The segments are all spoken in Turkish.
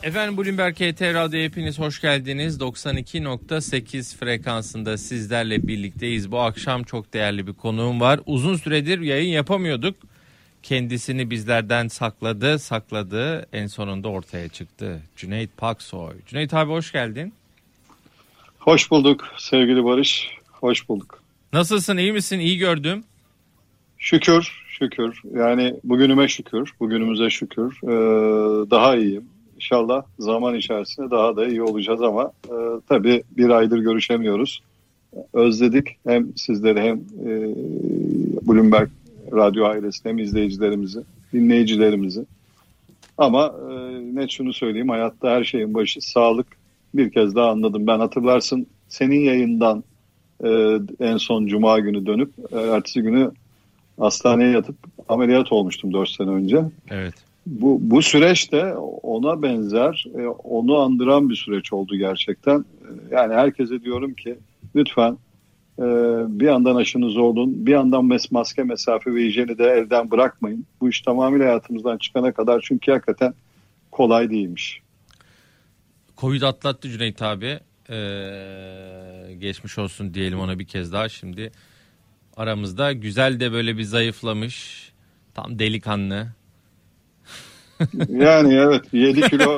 Efendim Bloomberg HT Radyo'ya hepiniz hoş geldiniz. 92.8 frekansında sizlerle birlikteyiz. Bu akşam çok değerli bir konuğum var. Uzun süredir yayın yapamıyorduk. Kendisini bizlerden sakladı. En sonunda ortaya çıktı. Cüneyt Paksoy. Cüneyt abi hoş geldin. Hoş bulduk sevgili Barış. Hoş bulduk. Nasılsın, iyi misin? İyi gördüm. Şükür. Yani bugünüme şükür. Bugünümüze şükür. Daha iyiyim. İnşallah zaman içerisinde daha da iyi olacağız ama tabii bir aydır görüşemiyoruz. Özledik hem sizleri hem Bloomberg Radyo ailesini hem izleyicilerimizi, dinleyicilerimizi. Ama net şunu söyleyeyim, hayatta her şeyin başı sağlık. Bir kez daha anladım. Ben hatırlarsın senin yayından en son Cuma günü dönüp ertesi günü hastaneye yatıp ameliyat olmuştum 4 sene önce. Evet. Bu süreç de ona benzer, onu andıran bir süreç oldu gerçekten. Yani herkese diyorum ki lütfen bir yandan aşınız olun, bir yandan maske, mesafe ve hijyeni de elden bırakmayın. Bu iş tamamıyla hayatımızdan çıkana kadar, çünkü hakikaten kolay değilmiş. Covid atlattı Cüneyt abi. Geçmiş olsun diyelim ona bir kez daha. Şimdi aramızda güzel de böyle bir zayıflamış. Tam delikanlı. Yani evet 7 kilo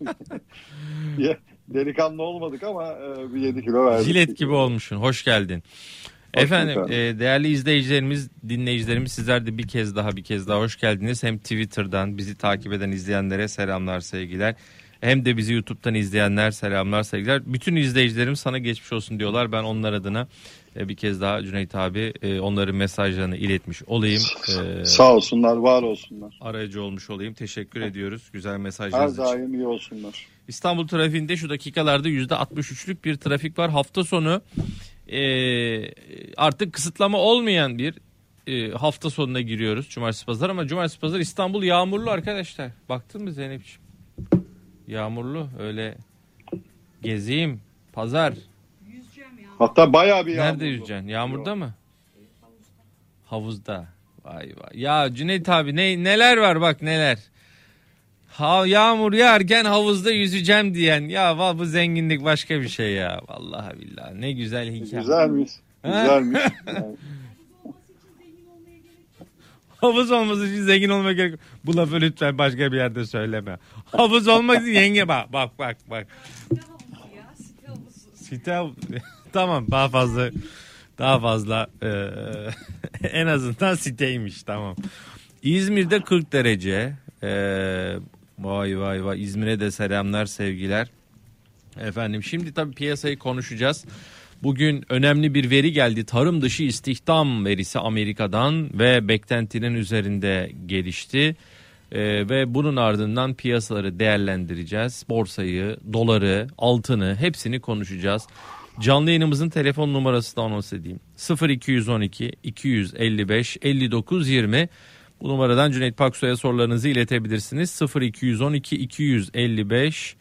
delikanlı olmadık ama bir 7 kilo verdik. Jilet gibi olmuşsun. Hoş geldin. Efendim değerli izleyicilerimiz, dinleyicilerimiz, sizler de bir kez daha hoş geldiniz. Hem Twitter'dan bizi takip eden izleyenlere selamlar, sevgiler. Hem de bizi YouTube'dan izleyenler selamlar, sevgiler. Bütün izleyicilerim sana geçmiş olsun diyorlar. Ben onlar adına bir kez daha Cüneyt abi onların mesajlarını iletmiş olayım. Sağ olsunlar, var olsunlar. Aracı olmuş olayım. Teşekkür ediyoruz güzel mesajlarınız için. Her daim iyi olsunlar. İstanbul trafiğinde şu dakikalarda %63'lük bir trafik var. Hafta sonu artık kısıtlama olmayan bir hafta sonuna giriyoruz. Cumartesi pazar, ama cumartesi pazar İstanbul yağmurlu arkadaşlar. Baktın mı Zeynep'ciğim? Yağmurlu, öyle gezeyim pazar. Hatta bayağı bir yağmurlu. Nerede yüzeceksin? Yağmurda mı? Havuzda. Vay. Ya Cüneyt abi neler var bak neler. Yağmur yağarken havuzda yüzeceğim diyen. Ya bu zenginlik başka bir şey ya. Vallahi billahi ne güzel hikaye. Güzelmiş. Yani. Havuz olması için zengin olmak gerek. Bu lafı lütfen başka bir yerde söyleme. Havuz olmak için yenge bak. Site havuzu. Tamam, daha fazla en azından siteymiş, tamam. İzmir'de 40 derece. Vay İzmir'e de selamlar, sevgiler. Efendim şimdi tabii piyasayı konuşacağız. Bugün önemli bir veri geldi. Tarım dışı istihdam verisi Amerika'dan ve beklentinin üzerinde gelişti. Ve bunun ardından piyasaları değerlendireceğiz. Borsayı, doları, altını hepsini konuşacağız. Canlı yayınımızın telefon numarası da anons edeyim. 0212 255 59 20. Bu numaradan Cüneyt Paksoy'a sorularınızı iletebilirsiniz. 0212 255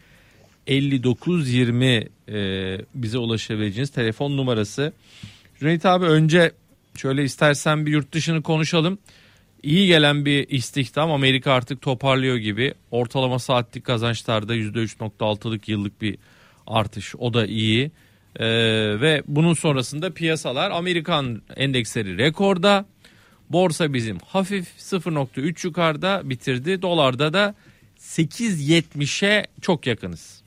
59 20 bize ulaşabileceğiniz telefon numarası. Cüneyt abi, önce şöyle istersen bir yurt dışını konuşalım. İyi gelen bir istihdam, Amerika artık toparlıyor gibi. Ortalama saatlik kazançlarda %3.6'lık yıllık bir artış, o da iyi. Ve bunun sonrasında piyasalar, Amerikan endeksleri rekorda. Borsa bizim hafif 0.3 yukarıda bitirdi. Dolarda da 8.70'e çok yakınız.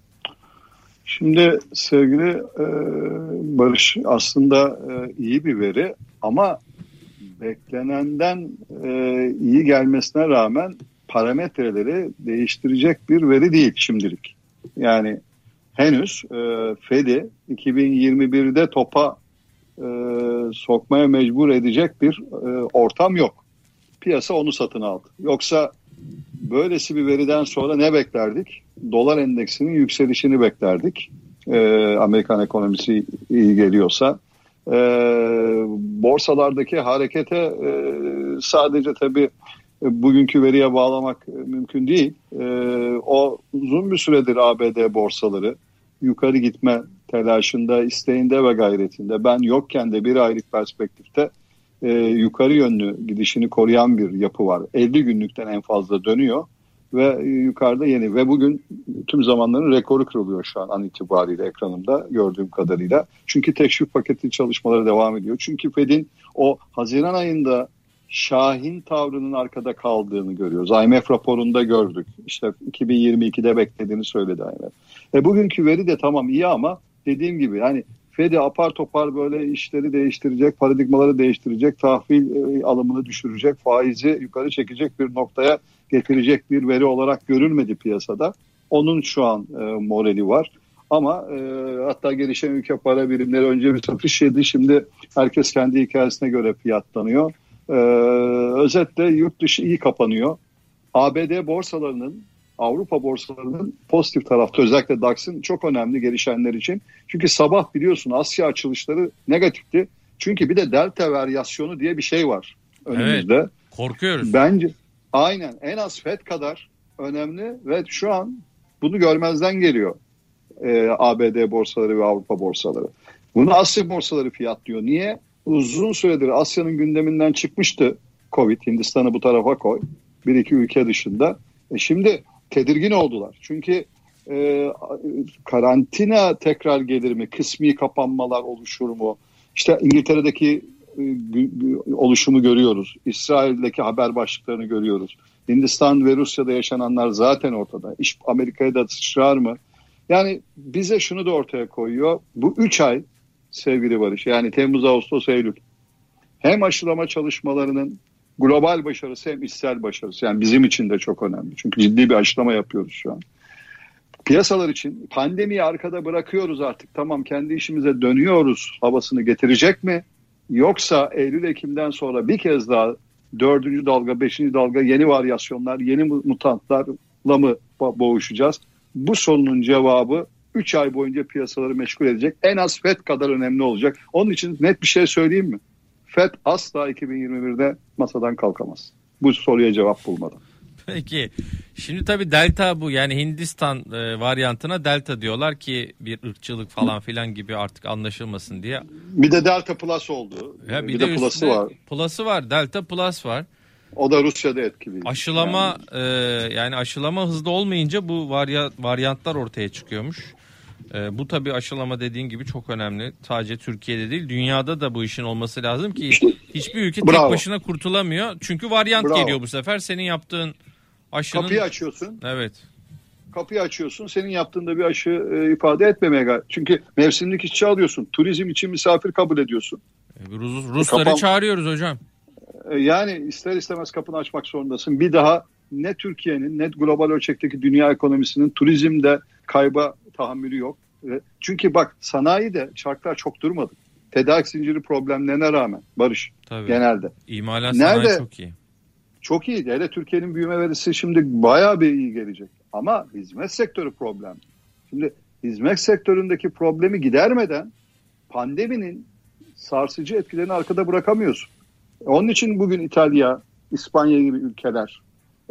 Şimdi sevgili Barış, aslında iyi bir veri ama beklenenden iyi gelmesine rağmen parametreleri değiştirecek bir veri değil şimdilik. Yani henüz Fed'i 2021'de topa sokmaya mecbur edecek bir ortam yok. Piyasa onu satın aldı. Yoksa böylesi bir veriden sonra ne beklerdik? Dolar endeksinin yükselişini beklerdik. Amerikan ekonomisi iyi geliyorsa. Borsalardaki harekete sadece tabii bugünkü veriye bağlamak mümkün değil. O uzun bir süredir ABD borsaları yukarı gitme telaşında, isteğinde ve gayretinde. Ben yokken de bir aylık perspektifte yukarı yönlü gidişini koruyan bir yapı var. 50 günlükten en fazla dönüyor. ve yukarıda yeni ve bugün tüm zamanların rekoru kırılıyor şu an itibariyle ekranımda gördüğüm kadarıyla. Çünkü teşvik paketi çalışmaları devam ediyor. Çünkü Fed'in o Haziran ayında şahin tavrının arkada kaldığını görüyoruz. IMF raporunda gördük. İşte 2022'de beklediğini söyledi IMF. Bugünkü veri de tamam iyi ama dediğim gibi hani Fed'i apar topar böyle işleri değiştirecek, paradigmaları değiştirecek, tahvil alımını düşürecek, faizi yukarı çekecek bir noktaya getirecek bir veri olarak görülmedi piyasada. Onun şu an morali var. Ama hatta gelişen ülke para birimleri önce bir satış yedi. Şimdi herkes kendi hikayesine göre fiyatlanıyor. Özetle yurt dışı iyi kapanıyor. ABD borsalarının, Avrupa borsalarının pozitif tarafta, özellikle DAX'ın çok önemli gelişenler için. Çünkü sabah biliyorsun Asya açılışları negatifti. Çünkü bir de delta varyasyonu diye bir şey var önümüzde. Evet, korkuyoruz. Bence aynen en az FED kadar önemli ve şu an bunu görmezden geliyor ABD borsaları ve Avrupa borsaları. Bunu Asya borsaları fiyatlıyor. Niye? Uzun süredir Asya'nın gündeminden çıkmıştı Covid. Hindistan'ı bu tarafa koy. Bir iki ülke dışında. Şimdi tedirgin oldular. Çünkü karantina tekrar gelir mi? Kısmi kapanmalar oluşur mu? İşte İngiltere'deki oluşumu görüyoruz. İsrail'deki haber başlıklarını görüyoruz. Hindistan ve Rusya'da yaşananlar zaten ortada. İş Amerika'ya da sıçrar mı? Yani bize şunu da ortaya koyuyor. Bu 3 ay sevgili Barış, yani Temmuz, Ağustos, Eylül hem aşılama çalışmalarının global başarısı hem içsel başarısı. Yani bizim için de çok önemli. Çünkü ciddi bir aşılama yapıyoruz şu an. Piyasalar için pandemiyi arkada bırakıyoruz artık. Tamam, kendi işimize dönüyoruz havasını getirecek mi? Yoksa Eylül-Ekim'den sonra bir kez daha 4. dalga, 5. dalga, yeni varyasyonlar, yeni mutantlarla mı boğuşacağız? Bu sorunun cevabı 3 ay boyunca piyasaları meşgul edecek. En az FED kadar önemli olacak. Onun için net bir şey söyleyeyim mi? FED asla 2021'de masadan kalkamaz. Bu soruya cevap bulmadan. Peki. Şimdi tabii delta bu, yani Hindistan varyantına delta diyorlar ki bir ırkçılık falan filan gibi artık anlaşılmasın diye. Bir de delta plus oldu. Ya bir de plus'ı var. Plus'ı var. Delta plus var. O da Rusya'da etkili. Aşılama yani aşılama hızlı olmayınca bu varyantlar ortaya çıkıyormuş. Bu tabii aşılama dediğin gibi çok önemli. Sadece Türkiye'de değil, dünyada da bu işin olması lazım ki hiçbir ülke tek başına kurtulamıyor. Çünkü varyant geliyor bu sefer. Senin yaptığın aşının... Kapıyı açıyorsun. Evet. Kapıyı açıyorsun. Senin yaptığında bir aşı ifade etmemeye. Çünkü mevsimlik işçi alıyorsun. Turizm için misafir kabul ediyorsun. Rusları çağırıyoruz hocam. Yani ister istemez kapını açmak zorundasın. Bir daha ne Türkiye'nin ne global ölçekteki dünya ekonomisinin turizmde kayba tahammülü yok. Çünkü bak, sanayide çarklar çok durmadı. Tedarik zinciri problemlerine rağmen Barış. Tabii. Genelde. İmalat sanayi çok iyi. Çok iyi. Hele Türkiye'nin büyüme verisi şimdi bayağı bir iyi gelecek. Ama hizmet sektörü problem. Şimdi hizmet sektöründeki problemi gidermeden pandeminin sarsıcı etkilerini arkada bırakamıyorsun. Onun için bugün İtalya, İspanya gibi ülkeler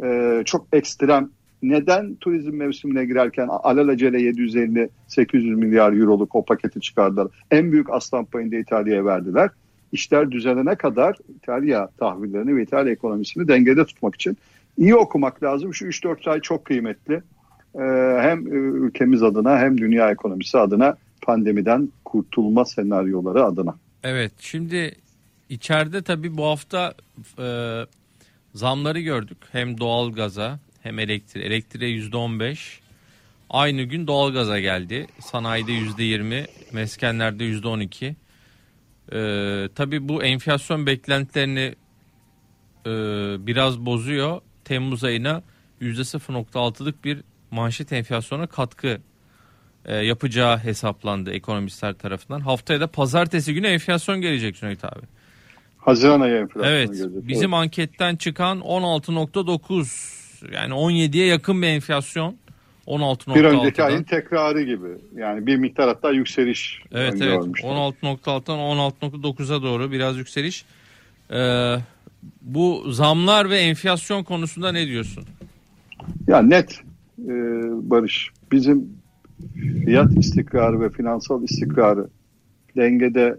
çok ekstrem. Neden turizm mevsimine girerken alelacele 750-800 milyar euroluk o paketi çıkardılar? En büyük aslan payını da İtalya'ya verdiler. İşler düzelene kadar İtalya tahvillerini ve İtalya ekonomisini dengede tutmak için iyi okumak lazım. Şu 3-4 ay çok kıymetli. Hem ülkemiz adına hem dünya ekonomisi adına, pandemiden kurtulma senaryoları adına. Evet, şimdi içeride tabii bu hafta zamları gördük. Hem doğalgaza hem elektriğe %15. Aynı gün doğalgaza geldi. Sanayide %20, meskenlerde %12. Tabii bu enflasyon beklentilerini biraz bozuyor. Temmuz ayına %0.6'lık bir manşet enflasyona katkı yapacağı hesaplandı ekonomistler tarafından. Haftaya da pazartesi günü enflasyon gelecek Cüneyt abi. Haziran ayı enflasyonu gelecek. Evet, bizim anketten çıkan 16.9, yani 17'ye yakın bir enflasyon. 16.6'dan. Bir önceki ayın tekrarı gibi. Yani bir miktar hatta yükseliş. Evet. 16.6'dan 16.9'a doğru biraz yükseliş. Bu zamlar ve enflasyon konusunda ne diyorsun? Ya net Barış, bizim fiyat istikrarı ve finansal istikrarı dengede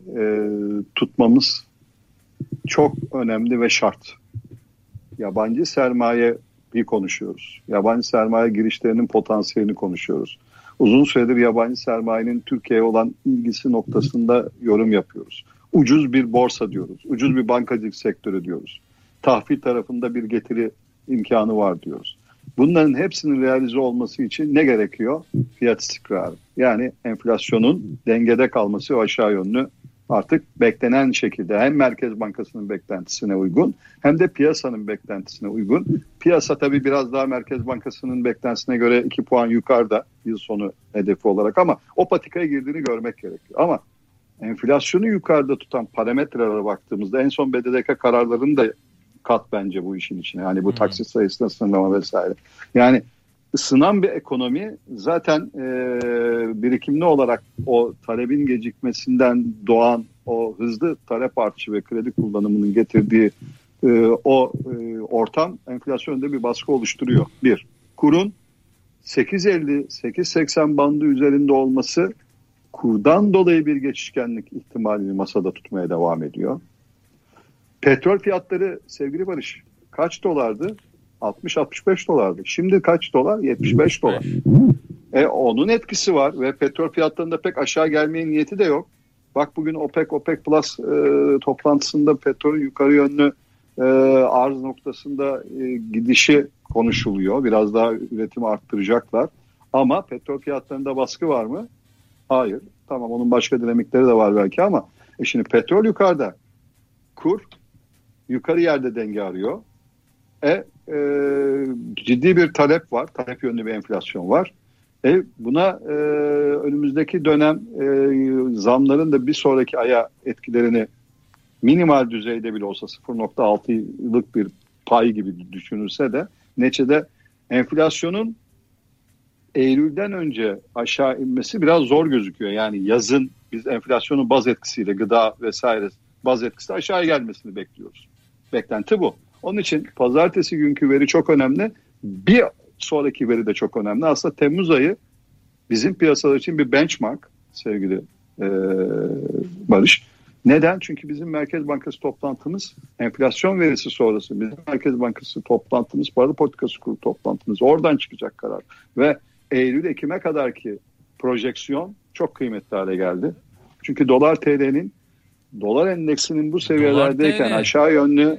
tutmamız çok önemli ve şart. Yabancı sermaye konuşuyoruz. Yabancı sermaye girişlerinin potansiyelini konuşuyoruz. Uzun süredir yabancı sermayenin Türkiye'ye olan ilgisi noktasında yorum yapıyoruz. Ucuz bir borsa diyoruz. Ucuz bir bankacılık sektörü diyoruz. Tahvil tarafında bir getiri imkanı var diyoruz. Bunların hepsinin realize olması için ne gerekiyor? Fiyat istikrarı. Yani enflasyonun dengede kalması ve aşağı yönlü artık beklenen şekilde hem Merkez Bankası'nın beklentisine uygun hem de piyasanın beklentisine uygun. Piyasa tabii biraz daha Merkez Bankası'nın beklentisine göre 2 puan yukarıda yıl sonu hedefi olarak ama o patikaya girdiğini görmek gerekiyor. Ama enflasyonu yukarıda tutan parametrelere baktığımızda en son BDDK kararlarını da kat bence bu işin içine. Yani bu taksit sayısına sınırlama vesaire. Yani ısınan bir ekonomi zaten birikimli olarak o talebin gecikmesinden doğan o hızlı talep artışı ve kredi kullanımının getirdiği ortam enflasyonda bir baskı oluşturuyor. Bir, kurun 8.50-8.80 bandı üzerinde olması kurdan dolayı bir geçişkenlik ihtimalini masada tutmaya devam ediyor. Petrol fiyatları sevgili Barış kaç dolardı? 60-65 dolardı. Şimdi kaç dolar? 75 dolar. Onun etkisi var ve petrol fiyatlarında pek aşağı gelmeye niyeti de yok. Bak bugün OPEC Plus toplantısında petrolün yukarı yönlü arz noktasında gidişi konuşuluyor. Biraz daha üretimi arttıracaklar. Ama petrol fiyatlarında baskı var mı? Hayır. Tamam, onun başka dinamikleri de var belki ama şimdi petrol yukarıda. Kur yukarı yerde denge arıyor. Ciddi bir talep var. Talep yönlü bir enflasyon var. Buna önümüzdeki dönem zamların da bir sonraki aya etkilerini minimal düzeyde bile olsa 0.6'lık bir pay gibi düşünülse de neticede enflasyonun Eylül'den önce aşağı inmesi biraz zor gözüküyor. Yani yazın biz enflasyonun baz etkisiyle gıda vesaire baz etkisi aşağı gelmesini bekliyoruz. Beklenti bu. Onun için pazartesi günkü veri çok önemli. Bir sonraki veri de çok önemli. Aslında Temmuz ayı bizim piyasalar için bir benchmark sevgili Barış. Neden? Çünkü bizim Merkez Bankası toplantımız enflasyon verisi sonrası. Bizim Merkez Bankası toplantımız, para politikası kurulu toplantımız. Oradan çıkacak karar. Ve Eylül-Ekim'e kadarki projeksiyon çok kıymetli hale geldi. Çünkü dolar endeksinin bu seviyelerdeyken aşağı yönlü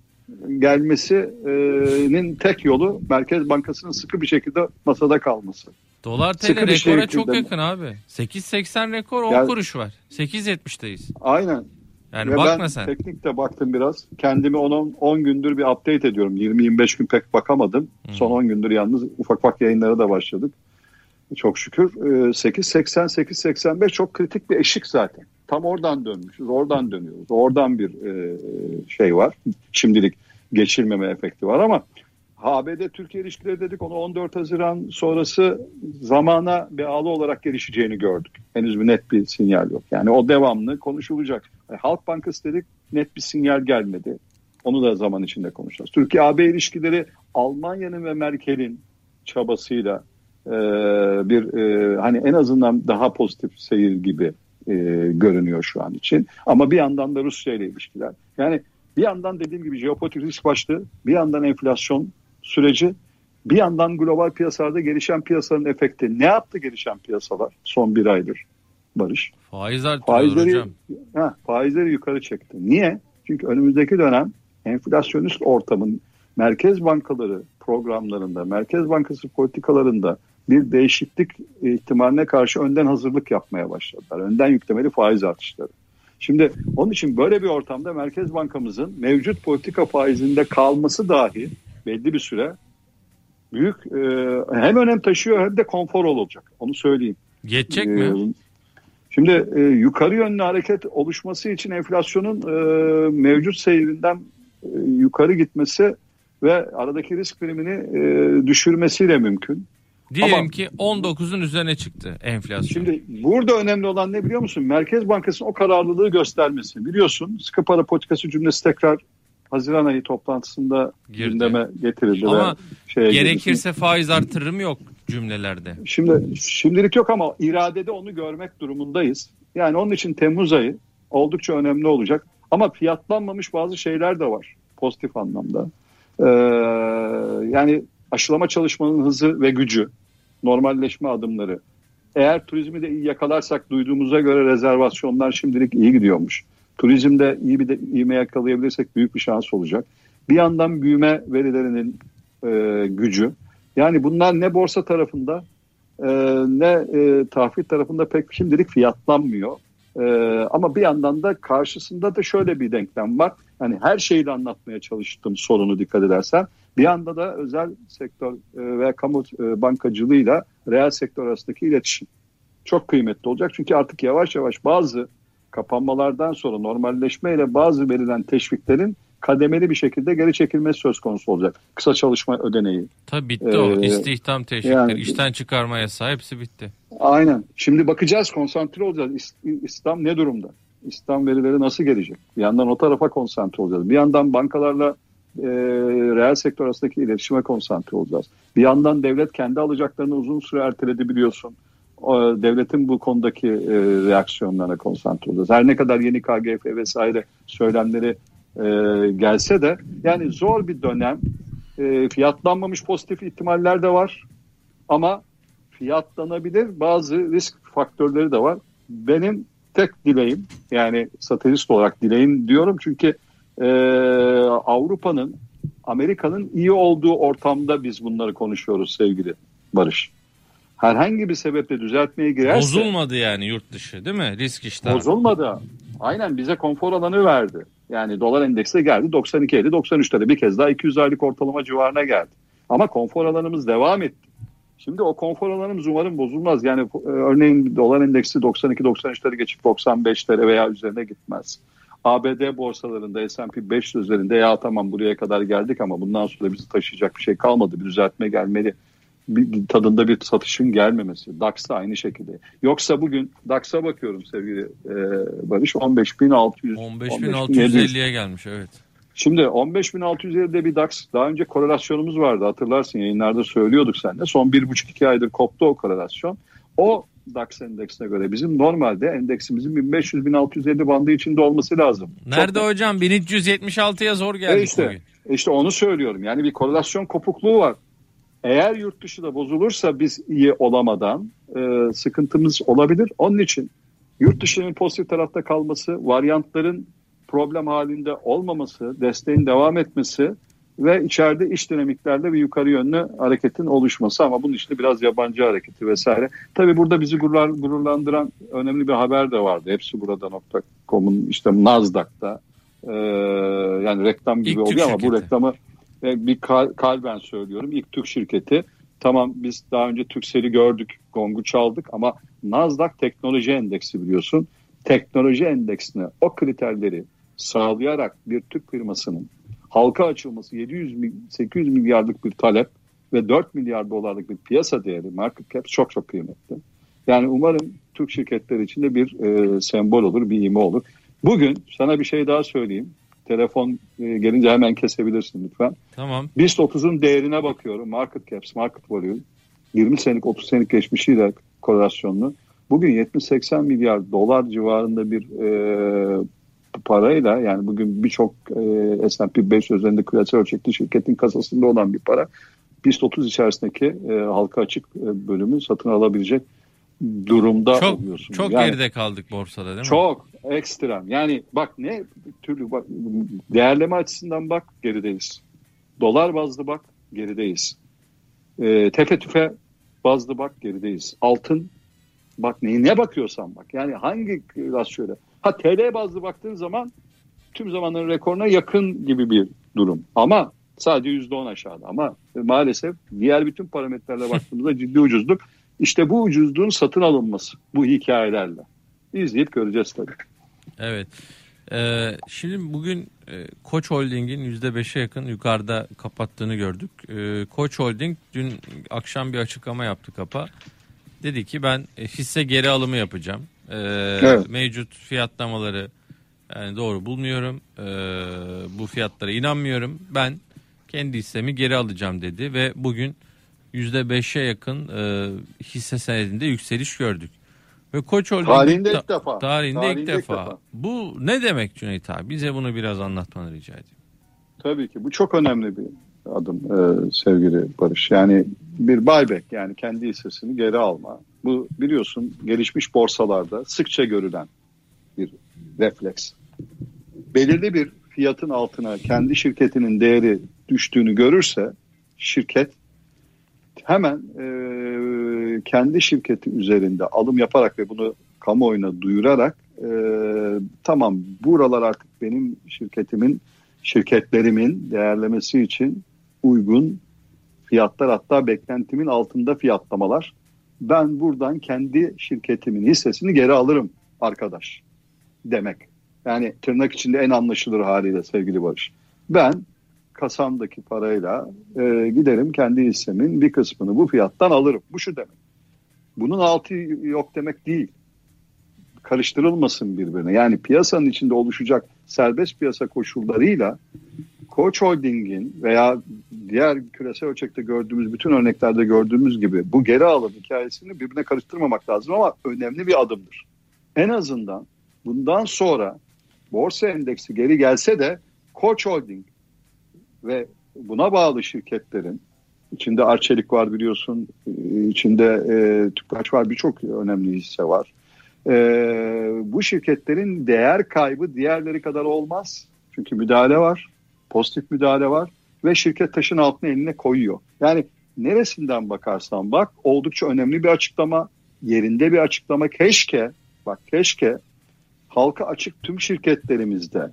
gelmesinin tek yolu Merkez Bankası'nın sıkı bir şekilde masada kalması. Dolar TL rekora çok yakın abi. 8.80 rekor 10 kuruş var. 8.70'teyiz. Aynen. Yani bakma ben sen. Teknikte baktım biraz. Kendimi 10 gündür bir update ediyorum. 20-25 gün pek bakamadım. Son 10 gündür yalnız ufak yayınlara da başladık. Çok şükür. 8.80-8.85 çok kritik bir eşik zaten. Tam oradan dönmüşüz. Oradan dönüyoruz. Oradan bir şey var. Şimdilik geçilmeme efekti var ama ABD-Türkiye ilişkileri dedik. Onu 14 Haziran sonrası zamana bağlı olarak gelişeceğini gördük. Henüz bir net bir sinyal yok. Yani o devamlı konuşulacak. Halk Bankası dedik, net bir sinyal gelmedi. Onu da zaman içinde konuşacağız. Türkiye-AB ilişkileri Almanya'nın ve Merkel'in çabasıyla hani en azından daha pozitif seyir gibi görünüyor şu an için. Ama bir yandan da Rusya ile ilişkiler. Yani bir yandan dediğim gibi jeopolitik risk başlığı, bir yandan enflasyon süreci, bir yandan global piyasalarda gelişen piyasaların efekti. Ne yaptı gelişen piyasalar son bir aydır Barış? Faiz artırıyor hocam. Faizleri yukarı çekti. Niye? Çünkü önümüzdeki dönem enflasyonist ortamın merkez bankaları programlarında, Merkez Bankası politikalarında bir değişiklik ihtimaline karşı önden hazırlık yapmaya başladılar. Önden yüklemeli faiz artışları. Şimdi onun için böyle bir ortamda Merkez Bankamızın mevcut politika faizinde kalması dahi belli bir süre büyük hem önem taşıyor hem de konfor olacak. Onu söyleyeyim. Geçecek mi? Şimdi yukarı yönlü hareket oluşması için enflasyonun mevcut seyrinden yukarı gitmesi ve aradaki risk primini düşürmesiyle mümkün. Diyelim ki 19'un üzerine çıktı enflasyon. Şimdi burada önemli olan ne biliyor musun? Merkez Bankası'nın o kararlılığı göstermesi. Biliyorsun sıkı para politikası cümlesi tekrar Haziran ayı toplantısında gündeme getirildi. Ama gerekirse faiz artırırım yok cümlelerde. Şimdilik yok ama iradede onu görmek durumundayız. Yani onun için Temmuz ayı oldukça önemli olacak. Ama fiyatlanmamış bazı şeyler de var pozitif anlamda. Yani aşılama çalışmanın hızı ve gücü, normalleşme adımları. Eğer turizmi de iyi yakalarsak duyduğumuza göre rezervasyonlar şimdilik iyi gidiyormuş. Turizmde iyi bir ivme yakalayabilirsek büyük bir şans olacak. Bir yandan büyüme verilerinin gücü. Yani bunlar ne borsa tarafında ne tahvil tarafında pek şimdilik fiyatlanmıyor. Ama bir yandan da karşısında da şöyle bir denklem var. Yani her şeyi de anlatmaya çalıştım sorunu dikkat edersen. Bir yanda da özel sektör ve kamu bankacılığıyla reel sektör arasındaki iletişim çok kıymetli olacak. Çünkü artık yavaş yavaş bazı kapanmalardan sonra normalleşmeyle bazı verilen teşviklerin kademeli bir şekilde geri çekilmesi söz konusu olacak. Kısa çalışma ödeneği. Tabii bitti o. İstihdam teşvikleri, yani, işten çıkarma yasağı hepsi bitti. Aynen. Şimdi bakacağız, konsantre olacağız. İstihdam ne durumda? İstihdam verileri nasıl gelecek? Bir yandan o tarafa konsantre olacağız. Bir yandan bankalarla reel sektör arasındaki iletişime konsantre olacağız. Bir yandan devlet kendi alacaklarını uzun süre erteledi biliyorsun. Devletin bu konudaki reaksiyonlarına konsantre olacağız. Her ne kadar yeni KGF vesaire söylemleri gelse de yani zor bir dönem. Fiyatlanmamış pozitif ihtimaller de var. Ama fiyatlanabilir bazı risk faktörleri de var. Benim tek dileğim, yani stratejist olarak dileğim diyorum çünkü Avrupa'nın, Amerika'nın iyi olduğu ortamda biz bunları konuşuyoruz sevgili Barış. Herhangi bir sebeple düzeltmeye girerse... Bozulmadı yani yurt dışı değil mi? Risk iştahı. Bozulmadı. Aynen, bize konfor alanı verdi. Yani dolar endeksi geldi 92-93'lere, bir kez daha 200 aylık ortalama civarına geldi. Ama konfor alanımız devam etti. Şimdi o konfor alanımız umarım bozulmaz. Yani örneğin dolar endeksi 92-93'leri geçip 95'lere veya üzerine gitmez. ABD borsalarında S&P 500 üzerinde ya tamam buraya kadar geldik ama bundan sonra bizi taşıyacak bir şey kalmadı. Bir düzeltme gelmeli. Bir tadında bir satışın gelmemesi. DAX'ta aynı şekilde. Yoksa bugün DAX'a bakıyorum sevgili Barış, 15.600 15.650'ye gelmiş, evet. Şimdi 15.650'de bir DAX, daha önce korelasyonumuz vardı, hatırlarsın, yayınlarda söylüyorduk seninle. Son 1,5-2 aydır koptu o korelasyon. O DAX endeksine göre bizim normalde endeksimizin 1500-1650 bandı içinde olması lazım. Nerede hocam? 1376'ya zor geldik bugün. İşte onu söylüyorum. Yani bir korelasyon kopukluğu var. Eğer yurt dışı da bozulursa biz iyi olamadan sıkıntımız olabilir. Onun için yurt dışının pozitif tarafta kalması, varyantların problem halinde olmaması, desteğin devam etmesi ve içeride iç dinamiklerde bir yukarı yönlü hareketin oluşması, ama bunun işte biraz yabancı hareketi vesaire. Tabii burada bizi gururlandıran önemli bir haber de vardı. Hepsi burada.com'un işte Nasdaq'ta yani reklam gibi oluyor ama bu reklamı bir kalben söylüyorum. İlk Türk şirketi. Tamam, biz daha önce Turkcell'i gördük, gongu çaldık ama Nasdaq teknoloji endeksi biliyorsun. Teknoloji endeksine o kriterleri sağlayarak bir Türk firmasının halka açılması, 700-800 milyarlık bir talep ve 4 milyar dolarlık bir piyasa değeri, market cap çok çok kıymetli. Yani umarım Türk şirketleri için de bir sembol olur, bir ivme olur. Bugün sana bir şey daha söyleyeyim. Telefon gelince hemen kesebilirsin lütfen. Tamam. BIST 30'un değerine bakıyorum. Market caps, market volume. 20 senelik 30 senelik geçmişiyle korelasyonlu. Bugün 70-80 milyar dolar civarında bir parayla, yani bugün birçok S&P 500 üzerinde küresel ölçekli şirketin kasasında olan bir para. BIST 30 içerisindeki halka açık bölümü satın alabilecek durumda oluyorsun. Çok yani, geride kaldık borsada değil mi? Çok ekstrem. Yani bak ne türlü, bak, değerleme açısından bak gerideyiz. Dolar bazlı bak gerideyiz. Tefe tüfe bazlı bak gerideyiz. Altın bak, ne bakıyorsan bak. Yani hangi rasyonel. Ha TL bazlı baktığın zaman tüm zamanların rekoruna yakın gibi bir durum. Ama sadece %10 aşağıda. Ama maalesef diğer bütün parametrelerle baktığımızda ciddi ucuzluk. İşte bu ucuzluğun satın alınması bu hikayelerle. İzleyip göreceğiz tabii. Evet. Şimdi bugün Koç Holding'in %5'e yakın yukarıda kapattığını gördük. Koç Holding dün akşam bir açıklama yaptı kapa. Dedi ki ben hisse geri alımı yapacağım. Evet. Mevcut fiyatlamaları yani doğru bulmuyorum. Bu fiyatlara inanmıyorum. Ben kendi hissemi geri alacağım dedi ve bugün %5'e yakın hisse senedinde yükseliş gördük. Ve Koç Holding tarihinde ilk defa. Bu ne demek Cüneyt abi? Bize bunu biraz anlatmanı rica ediyorum. Tabii ki bu çok önemli bir adım sevgili Barış. Yani bir buyback, yani kendi hissesini geri alma. Bu biliyorsun gelişmiş borsalarda sıkça görülen bir refleks. Belirli bir fiyatın altına kendi şirketinin değeri düştüğünü görürse şirket hemen kendi şirketi üzerinde alım yaparak ve bunu kamuoyuna duyurarak tamam, buralar artık benim şirketlerimin değerlemesi için uygun fiyatlar, hatta beklentimin altında fiyatlamalar. Ben buradan kendi şirketimin hissesini geri alırım arkadaş demek. Yani tırnak içinde en anlaşılır haliyle sevgili Barış. Ben kasamdaki parayla giderim kendi hissemin bir kısmını bu fiyattan alırım. Bu şu demek. Bunun altı yok demek değil. Karıştırılmasın birbirine. Yani piyasanın içinde oluşacak serbest piyasa koşullarıyla Koç Holding'in veya diğer küresel ölçekte gördüğümüz bütün örneklerde gördüğümüz gibi bu geri alım hikayesini birbirine karıştırmamak lazım ama önemli bir adımdır. En azından bundan sonra borsa endeksi geri gelse de Koç Holding ve buna bağlı şirketlerin, içinde Arçelik var biliyorsun, içinde Tüpraş var, birçok önemli hisse var. Bu şirketlerin değer kaybı diğerleri kadar olmaz. Çünkü müdahale var, pozitif müdahale var ve şirket taşın altına eline koyuyor. Yani neresinden bakarsan bak, oldukça önemli bir açıklama, yerinde bir açıklama. Keşke halka açık tüm şirketlerimizde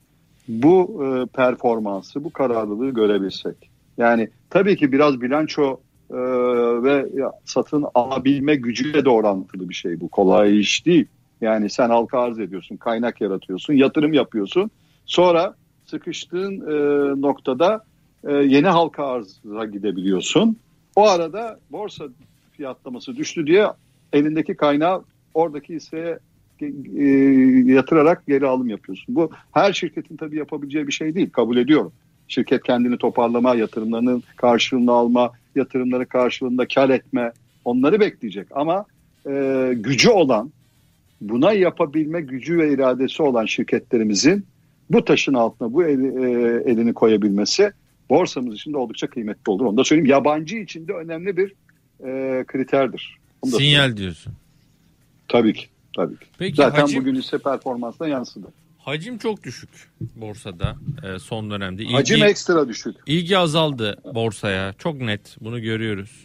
bu performansı, bu kararlılığı görebilsek. Yani tabii ki biraz bilanço ve satın alabilme gücüyle de orantılı bir şey bu. Kolay iş değil. Yani sen halka arz ediyorsun, kaynak yaratıyorsun, yatırım yapıyorsun. Sonra sıkıştığın noktada yeni halka arza gidebiliyorsun. O arada borsa fiyatlaması düştü diye elindeki kaynağı oradaki hisseye yatırarak geri alım yapıyorsun. Bu her şirketin tabii yapabileceği bir şey değil. Kabul ediyorum. Şirket kendini toparlama, yatırımlarının karşılığını alma, yatırımları karşılığında kar etme, onları bekleyecek. Ama gücü olan, buna yapabilme gücü ve iradesi olan şirketlerimizin bu taşın altına bu elini koyabilmesi borsamız için de oldukça kıymetli olur. Onu da söyleyeyim. Yabancı için de önemli bir kriterdir. Sinyal diyorsun. Tabii ki. Peki, zaten bugün ise performansına yansıdı. Hacim çok düşük borsada son dönemde. Hacim ekstra düşük. İlgi azaldı borsaya. Çok net. Bunu görüyoruz.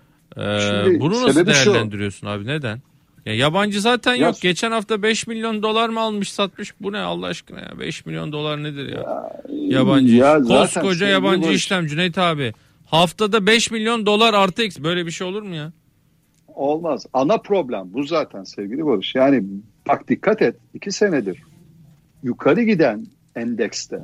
Bunu nasıl değerlendiriyorsun abi? Neden? Ya yabancı zaten yok. Geçen hafta 5 milyon dolar mı almış satmış? Bu ne Allah aşkına ya? 5 milyon dolar nedir ya? Yabancı. Koskoca yabancı işlem Cüneyt abi. Haftada 5 milyon dolar artı eksi. Böyle bir şey olur mu ya? Olmaz. Ana problem bu zaten sevgili Barış. Yani bak dikkat et. 2 senedir yukarı giden endekste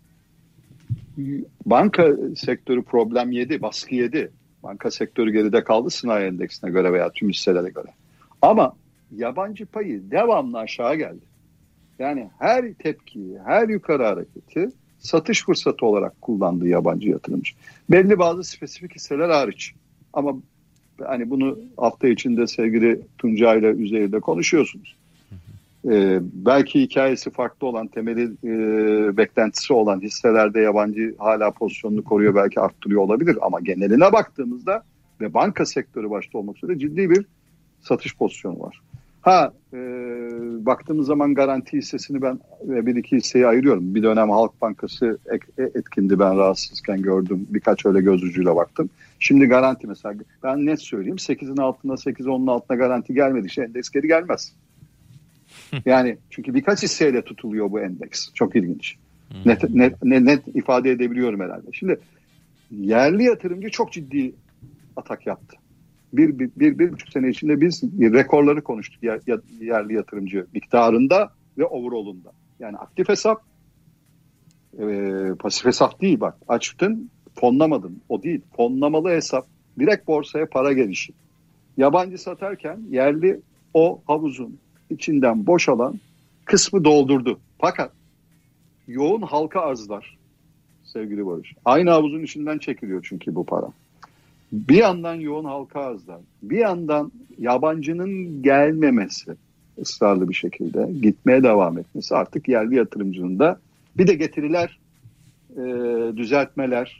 banka sektörü problem yedi, baskı yedi. Banka sektörü geride kaldı sınai endeksine göre veya tüm hisselere göre. Ama yabancı payı devamlı aşağı geldi. Yani her tepkiyi, her yukarı hareketi satış fırsatı olarak kullandı yabancı yatırımcı. Belli bazı spesifik hisseler hariç. Ama hani bunu hafta içinde sevgili Tuncay ile Üzeyir'de konuşuyorsunuz. Belki hikayesi farklı olan, temeli beklentisi olan hisselerde yabancı hala pozisyonunu koruyor, belki arttırıyor olabilir. Ama geneline baktığımızda ve banka sektörü başta olmak üzere ciddi bir satış pozisyonu var. Baktığımız zaman garanti hissesini ben bir iki hisseyi ayırıyorum. Bir dönem Halk Bankası etkindi, ben rahatsızken gördüm. Birkaç öyle göz ucuyla baktım. Şimdi garanti mesela, ben net söyleyeyim, 8'in altında 8-10'un altına garanti gelmedikçe endeks geri gelmez. Yani çünkü birkaç hisseyle tutuluyor bu endeks. Çok ilginç. Net ifade edebiliyorum herhalde. Şimdi yerli yatırımcı çok ciddi atak yaptı. Bir buçuk sene içinde biz rekorları konuştuk yerli yatırımcı miktarında ve overall'unda. Yani aktif hesap, pasif hesap değil bak. Açtın, fonlamadın. O değil. Fonlamalı hesap. Direkt borsaya para gelişi. Yabancı satarken yerli o havuzun içinden boşalan kısmı doldurdu. Fakat yoğun halka arzlar sevgili Barış. Aynı havuzun içinden çekiliyor çünkü bu para. Bir yandan yoğun halka arzlar, bir yandan yabancının gelmemesi, ısrarlı bir şekilde gitmeye devam etmesi, artık yerli yatırımcının da bir de getiriler, düzeltmeler,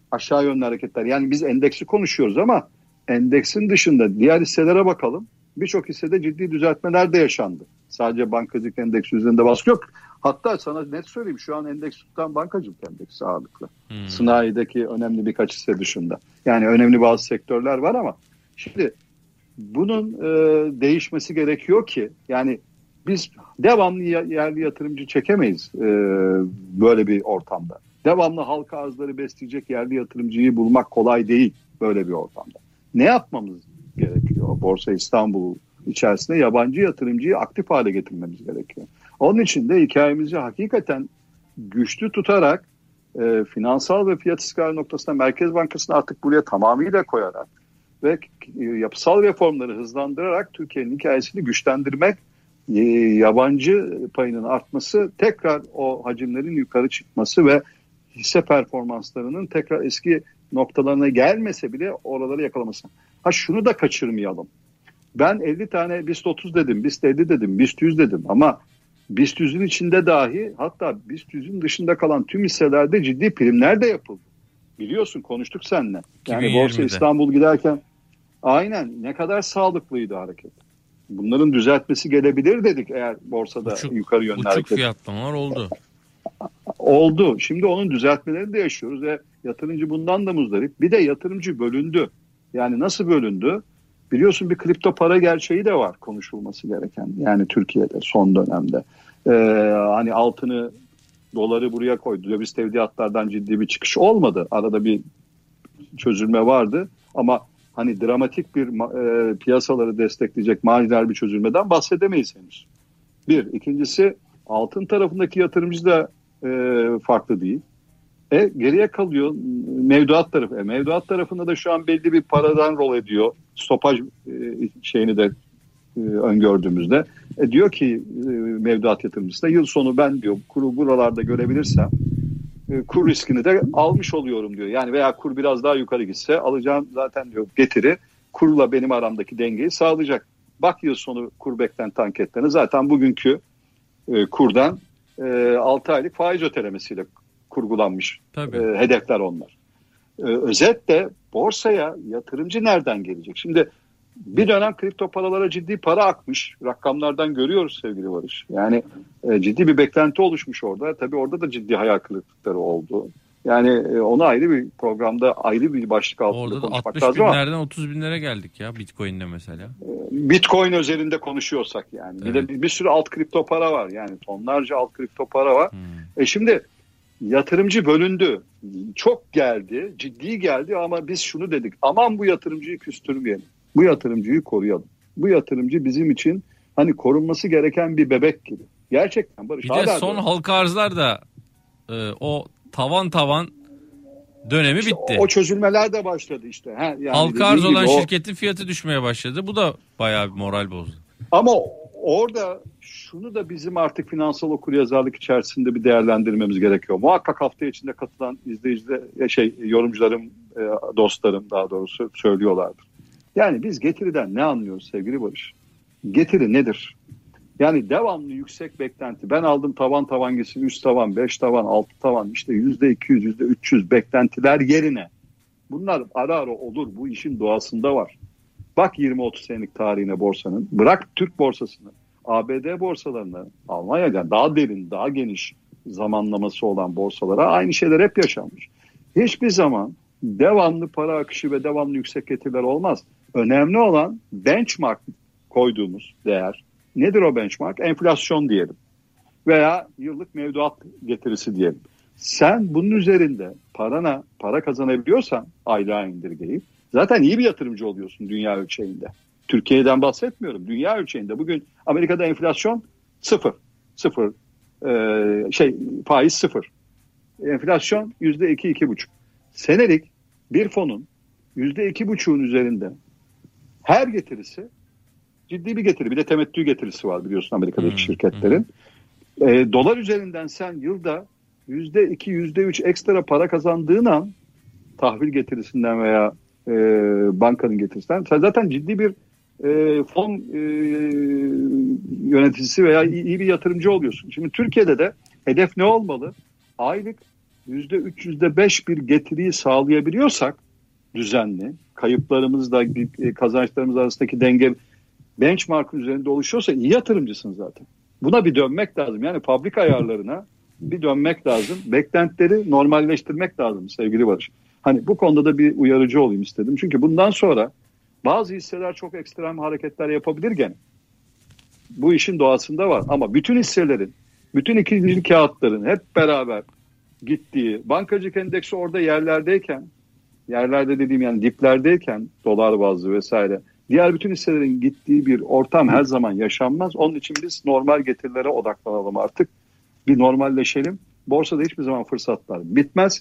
aşağı yönlü hareketler. Yani biz endeksi konuşuyoruz ama endeksin dışında diğer hisselere bakalım. Birçok hissede ciddi düzeltmeler de yaşandı. Sadece bankacılık endeksi üzerinde baskı yok. Hatta sana net söyleyeyim, şu an endeks tutan bankacılık endeksi ağırlıklı. Sanayideki önemli birkaç hisse dışında. Yani önemli bazı sektörler var ama şimdi bunun değişmesi gerekiyor ki, yani biz devamlı yerli yatırımcı çekemeyiz böyle bir ortamda. Devamlı halka arzları besleyecek yerli yatırımcıyı bulmak kolay değil böyle bir ortamda. Ne yapmamız gerekiyor? Borsa İstanbul içerisinde yabancı yatırımcıyı aktif hale getirmemiz gerekiyor. Onun için de hikayemizi hakikaten güçlü tutarak finansal ve fiyat istikrarı noktasında Merkez Bankası'nı artık buraya tamamıyla koyarak ve yapısal reformları hızlandırarak Türkiye'nin hikayesini güçlendirmek, yabancı payının artması, tekrar o hacimlerin yukarı çıkması ve hisse performanslarının tekrar eski noktalarına gelmese bile oraları yakalaması. Şunu da kaçırmayalım. Ben 50 tane BIST 30 dedim, BIST 50 dedim, BIST 100 dedim ama BIST 100'ün içinde dahi, hatta BIST 100'ün dışında kalan tüm hisselerde ciddi primler de yapıldı. Biliyorsun, konuştuk seninle. Yani Borsa İstanbul giderken aynen ne kadar sağlıklıydı hareket. Bunların düzeltmesi gelebilir dedik eğer borsada yukarı yönlü hareket. Uçuk fiyatlamalar oldu. Oldu. Şimdi onun düzeltmelerini de yaşıyoruz ve yatırımcı bundan da muzdarip. Bir de yatırımcı bölündü. Yani nasıl bölündü? Biliyorsun, bir kripto para gerçeği de var konuşulması gereken. Yani Türkiye'de son dönemde. Hani altını, doları buraya koydu. Döviz tevdiatlardan ciddi bir çıkış olmadı. Arada bir çözülme vardı. Ama hani dramatik bir piyasaları destekleyecek manidar bir çözülmeden bahsedemeyiz henüz. Bir. İkincisi, altın tarafındaki yatırımcı da farklı değil. Geriye kalıyor mevduat tarafı. Mevduat tarafında da şu an belli bir paradan rol ediyor. Stopaj şeyini de öngördüğümüzde. Diyor ki mevduat yatırımcısı da, yıl sonu ben diyor kuru buralarda görebilirsem kur riskini de almış oluyorum diyor. Yani veya kur biraz daha yukarı gitse alacağım zaten diyor getiri kurla benim aramdaki dengeyi sağlayacak. Bak yıl sonu kur beklenti anketlerini zaten bugünkü kurdan 6 aylık faiz ötelemesiyle kurgulanmış hedefler onlar. Özetle borsaya yatırımcı nereden gelecek? Şimdi bir dönem kripto paralara ciddi para akmış. Rakamlardan görüyoruz sevgili Barış. Yani ciddi bir beklenti oluşmuş orada. Tabii orada da ciddi hayal kırıklıkları oldu. Yani onu ayrı bir programda, ayrı bir başlık altında konuşmak lazım. Orada da 60 binlerden 30 binlere geldik ya Bitcoin'le mesela. Bitcoin üzerinde konuşuyorsak yani. Evet. Bir sürü alt kripto para var. Yani tonlarca alt kripto para var. Şimdi yatırımcı bölündü. Çok geldi, ciddi geldi ama biz şunu dedik. Aman bu yatırımcıyı küstürmeyelim. Bu yatırımcıyı koruyalım. Bu yatırımcı bizim için hani korunması gereken bir bebek gibi. Gerçekten Barış. Bir de son halka arzlar da o tavan dönemi işte bitti. O çözülmeler de başladı işte. Yani halka arz olan şirketin fiyatı düşmeye başladı. Bu da bayağı bir moral bozdu. Ama orada şunu da bizim artık finansal okuryazarlık içerisinde bir değerlendirmemiz gerekiyor. Muhakkak hafta içinde katılan yorumcularım, dostlarım daha doğrusu söylüyorlardır. Yani biz getiriden ne anlıyoruz sevgili Barış? Getiri nedir? Yani devamlı yüksek beklenti. Ben aldım tavan gitsin, üst tavan, 5 tavan, 6 tavan, işte %200, %300 beklentiler yerine. Bunlar ara olur. Bu işin doğasında var. Bak 20-30 senelik tarihine borsanın. Bırak Türk borsasını. ABD borsalarına, Almanya'dan daha derin, daha geniş zamanlaması olan borsalara aynı şeyler hep yaşanmış. Hiçbir zaman devamlı para akışı ve devamlı yüksek getiriler olmaz. Önemli olan benchmark koyduğumuz değer. Nedir o benchmark? Enflasyon diyelim. Veya yıllık mevduat getirisi diyelim. Sen bunun üzerinde para kazanabiliyorsan aylığa indirgeyip zaten iyi bir yatırımcı oluyorsun dünya ölçeğinde. Türkiye'den bahsetmiyorum. Dünya ölçeğinde bugün Amerika'da enflasyon sıfır. Faiz sıfır. Enflasyon %2-2,5. Senelik bir fonun %2,5'un üzerinde her getirisi ciddi bir getiri. Bir de temettü getirisi var biliyorsun Amerika'daki şirketlerin. Dolar üzerinden sen yılda %2, %3 ekstra para kazandığın an tahvil getirisinden veya bankanın getirisinden sen zaten ciddi bir fon yöneticisi veya iyi bir yatırımcı oluyorsun. Şimdi Türkiye'de de hedef ne olmalı? Aylık %3, %5 bir getiriyi sağlayabiliyorsak düzenli, kayıplarımızla kazançlarımız arasındaki denge benchmark'ın üzerinde oluşuyorsa iyi yatırımcısın zaten. Buna bir dönmek lazım. Yani fabrika ayarlarına bir dönmek lazım. Beklentileri normalleştirmek lazım sevgili Barış. Hani bu konuda da bir uyarıcı olayım istedim. Çünkü bundan sonra bazı hisseler çok ekstrem hareketler yapabilir gene. Bu işin doğasında var. Ama bütün hisselerin, bütün ikinci kağıtların hep beraber gittiği, bankacılık endeksi orada yerlerde dediğim yani diplerdeyken dolar bazlı vesaire, diğer bütün hisselerin gittiği bir ortam her zaman yaşanmaz. Onun için biz normal getirilere odaklanalım artık. Bir normalleşelim. Borsada hiçbir zaman fırsatlar bitmez.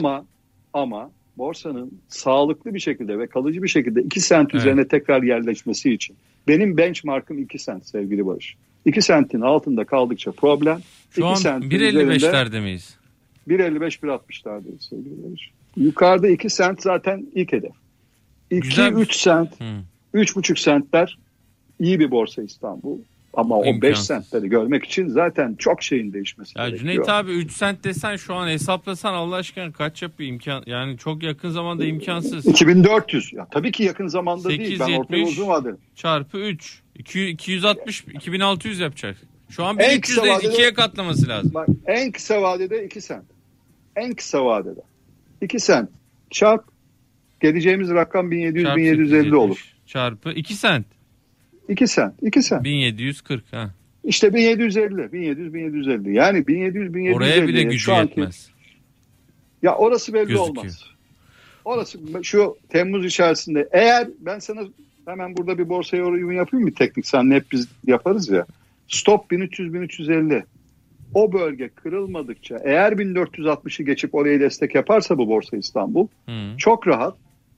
Ama borsanın sağlıklı bir şekilde ve kalıcı bir şekilde 2 sent üzerine tekrar yerleşmesi için benim benchmark'ım 2 sent sevgili Barış. 2 sentin altında kaldıkça problem. Şu an 1.55'lerde miyiz? 1.55-1.60'lardayız sevgili Barış. Yukarıda 2 sent zaten ilk hedef. 2-3 sent, 3,5 sentler iyi bir borsa İstanbul. Ama o 5 sentleri görmek için zaten çok şeyin değişmesi gerekiyor. Cüneyt abi 3 sent desen şu an hesaplasan Allah aşkına kaç yapıyor imkan? Yani çok yakın zamanda imkansız. 2400. Ya tabii ki yakın zamanda 8, değil. Ben ortaya uzun vadeli. Çarpı 3. 260, 2600 yapacak. Şu an 1200'deyiz. 2'ye katlaması lazım. Bak, en kısa vadede 2 sent. En kısa vadede. 2 sent. Çarp. Geleceğimiz rakam 1700-1750 olur. Çarpı 2 sent. 2 sent. 2 sent. 1740 ha. İşte 1750. 1700-1750. Yani 1700-1750. Oraya bile gücü yetmez. Ya orası belli olmaz. Orası şu Temmuz içerisinde eğer ben sana hemen burada bir borsaya uyum yapayım mı teknik? Senle hep biz yaparız ya. Stop 1300-1350. O bölge kırılmadıkça eğer 1460'ı geçip oraya destek yaparsa bu borsa İstanbul çok rahat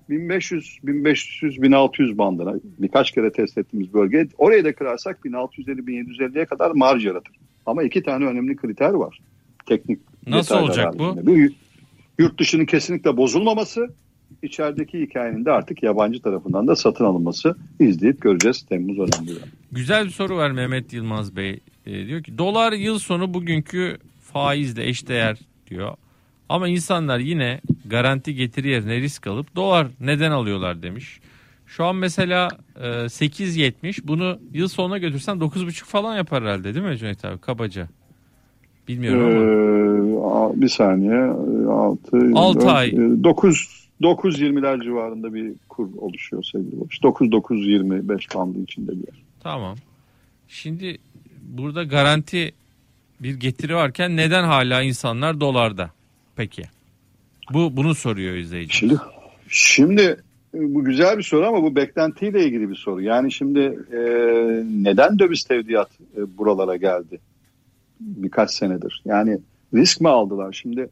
1500-1600 bandına birkaç kere test ettiğimiz bölge orayı da kırarsak 1650-1750'ye kadar marj yaratır. Ama 2 tane önemli kriter var. Teknik. Nasıl olacak bu? Bir, yurt dışının kesinlikle bozulmaması, içerideki hikayenin de artık yabancı tarafından da satın alınması, izleyip göreceğiz Temmuz önemli. Güzel bir soru var Mehmet Yılmaz Bey. Diyor ki dolar yıl sonu bugünkü faizle eşdeğer diyor. Ama insanlar yine garanti getiri yerine risk alıp dolar neden alıyorlar demiş. Şu an mesela 8.70 bunu yıl sonuna götürsen 9.5 falan yapar herhalde değil mi Cüneyt abi kabaca? Bilmiyorum ama. Bir saniye 6 ay 9.20'ler civarında bir kur oluşuyor sevgili Barış. 9.25 bandı içinde bir yer. Tamam. Şimdi burada garanti bir getiri varken neden hala insanlar dolarda? Peki. Bunu soruyor izleyici. Şimdi bu güzel bir soru ama bu beklentiyle ilgili bir soru. Yani şimdi neden döviz tevdiat buralara geldi? Birkaç senedir. Yani risk mi aldılar? Şimdi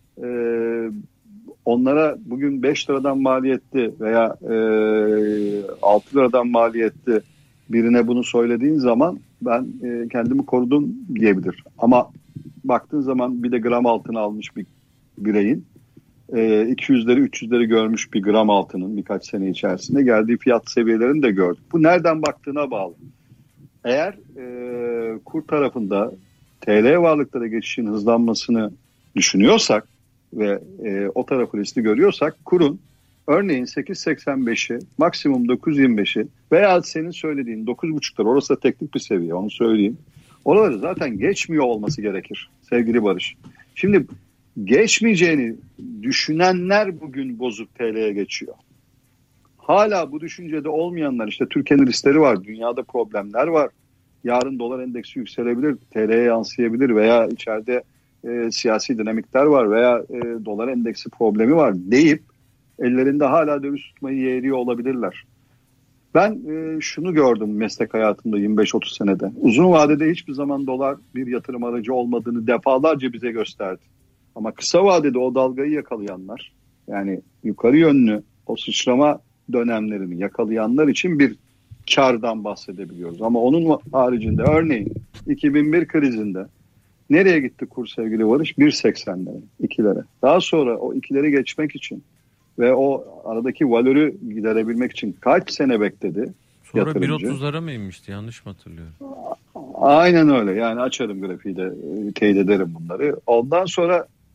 onlara bugün 5 liradan maliyetli veya 6 liradan maliyetli birine bunu söylediğin zaman ben kendimi korudum diyebilir. Ama baktığın zaman bir de gram altını almış bir bireyin 200'leri 300'leri görmüş bir gram altının birkaç sene içerisinde geldiği fiyat seviyelerini de gördük. Bu nereden baktığına bağlı. Eğer kur tarafında TL varlıklara geçişin hızlanmasını düşünüyorsak ve o tarafı riskli görüyorsak kurun örneğin 8.85'i maksimum 9.25'i veya senin söylediğin 9.5'lar orası da teknik bir seviye onu söyleyeyim. Oraları zaten geçmiyor olması gerekir sevgili Barış. Şimdi geçmeyeceğini düşünenler bugün bozuk TL'ye geçiyor. Hala bu düşüncede olmayanlar işte Türkiye'nin riskleri var, dünyada problemler var. Yarın dolar endeksi yükselebilir, TL'ye yansıyabilir veya içeride siyasi dinamikler var veya dolar endeksi problemi var deyip ellerinde hala döviz tutmayı yeğliyor olabilirler. Ben şunu gördüm meslek hayatımda 25-30 senede. Uzun vadede hiçbir zaman dolar bir yatırım aracı olmadığını defalarca bize gösterdi. Ama kısa vadede o dalgayı yakalayanlar yani yukarı yönlü o sıçrama dönemlerini yakalayanlar için bir kardan bahsedebiliyoruz. Ama onun haricinde örneğin 2001 krizinde nereye gitti kur sevgili Barış? 1.80'lere, 2'lere. Daha sonra o 2'leri geçmek için ve o aradaki valörü giderebilmek için kaç sene bekledi? Sonra 1.30'lara mı inmişti? Yanlış mı hatırlıyorum? Aynen öyle. Yani açarım grafiği de teyit ederim bunları. Ondan sonra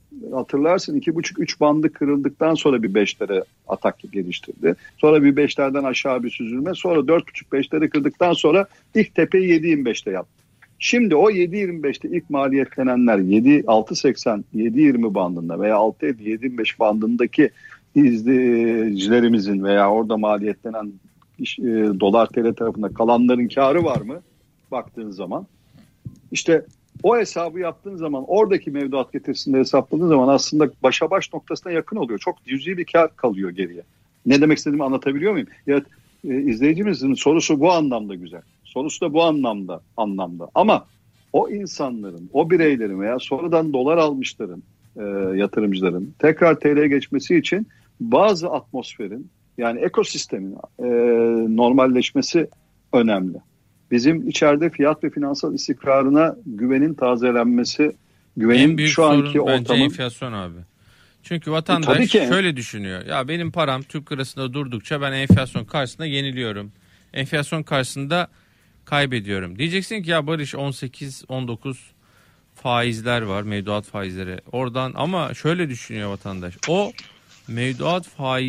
hatırlarsın 2,5-3 bandı kırıldıktan sonra bir 5'lere atak geliştirdi. Sonra bir 5'lerden aşağı bir süzülme. Sonra 4,5-5'leri kırdıktan sonra ilk tepeyi 7.25'te yaptı. Şimdi o 7.25'te ilk maliyetlenenler 6.80, 7.20 bandında veya 6.7-7.25 bandındaki izleyicilerimizin veya orada maliyetlenen dolar TL tarafında kalanların karı var mı? Baktığın zaman işte o hesabı yaptığın zaman oradaki mevduat getirisinde hesapladığın zaman aslında başa baş noktasına yakın oluyor. Çok cüzi bir kar kalıyor geriye. Ne demek istediğimi anlatabiliyor muyum? Ya, izleyicimizin sorusu bu anlamda güzel. Sorusu da bu anlamda. Ama o insanların, o bireylerin veya sonradan dolar almışların, yatırımcıların tekrar TL'ye geçmesi için bazı atmosferin yani ekosistemin normalleşmesi önemli. Bizim içeride fiyat ve finansal istikrarına güvenin tazelenmesi, güvenin en büyük şu anki sorun bence ortamın... enflasyon abi. Çünkü vatandaş şöyle düşünüyor. Ya benim param Türk lirasında durdukça ben enflasyon karşısında yeniliyorum. Enflasyon karşısında kaybediyorum. Diyeceksin ki ya Barış 18-19 faizler var, mevduat faizleri. Oradan ama şöyle düşünüyor vatandaş. O mevduat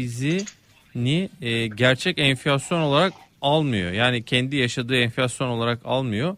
faizini gerçek enflasyon olarak almıyor. Yani kendi yaşadığı enflasyon olarak almıyor.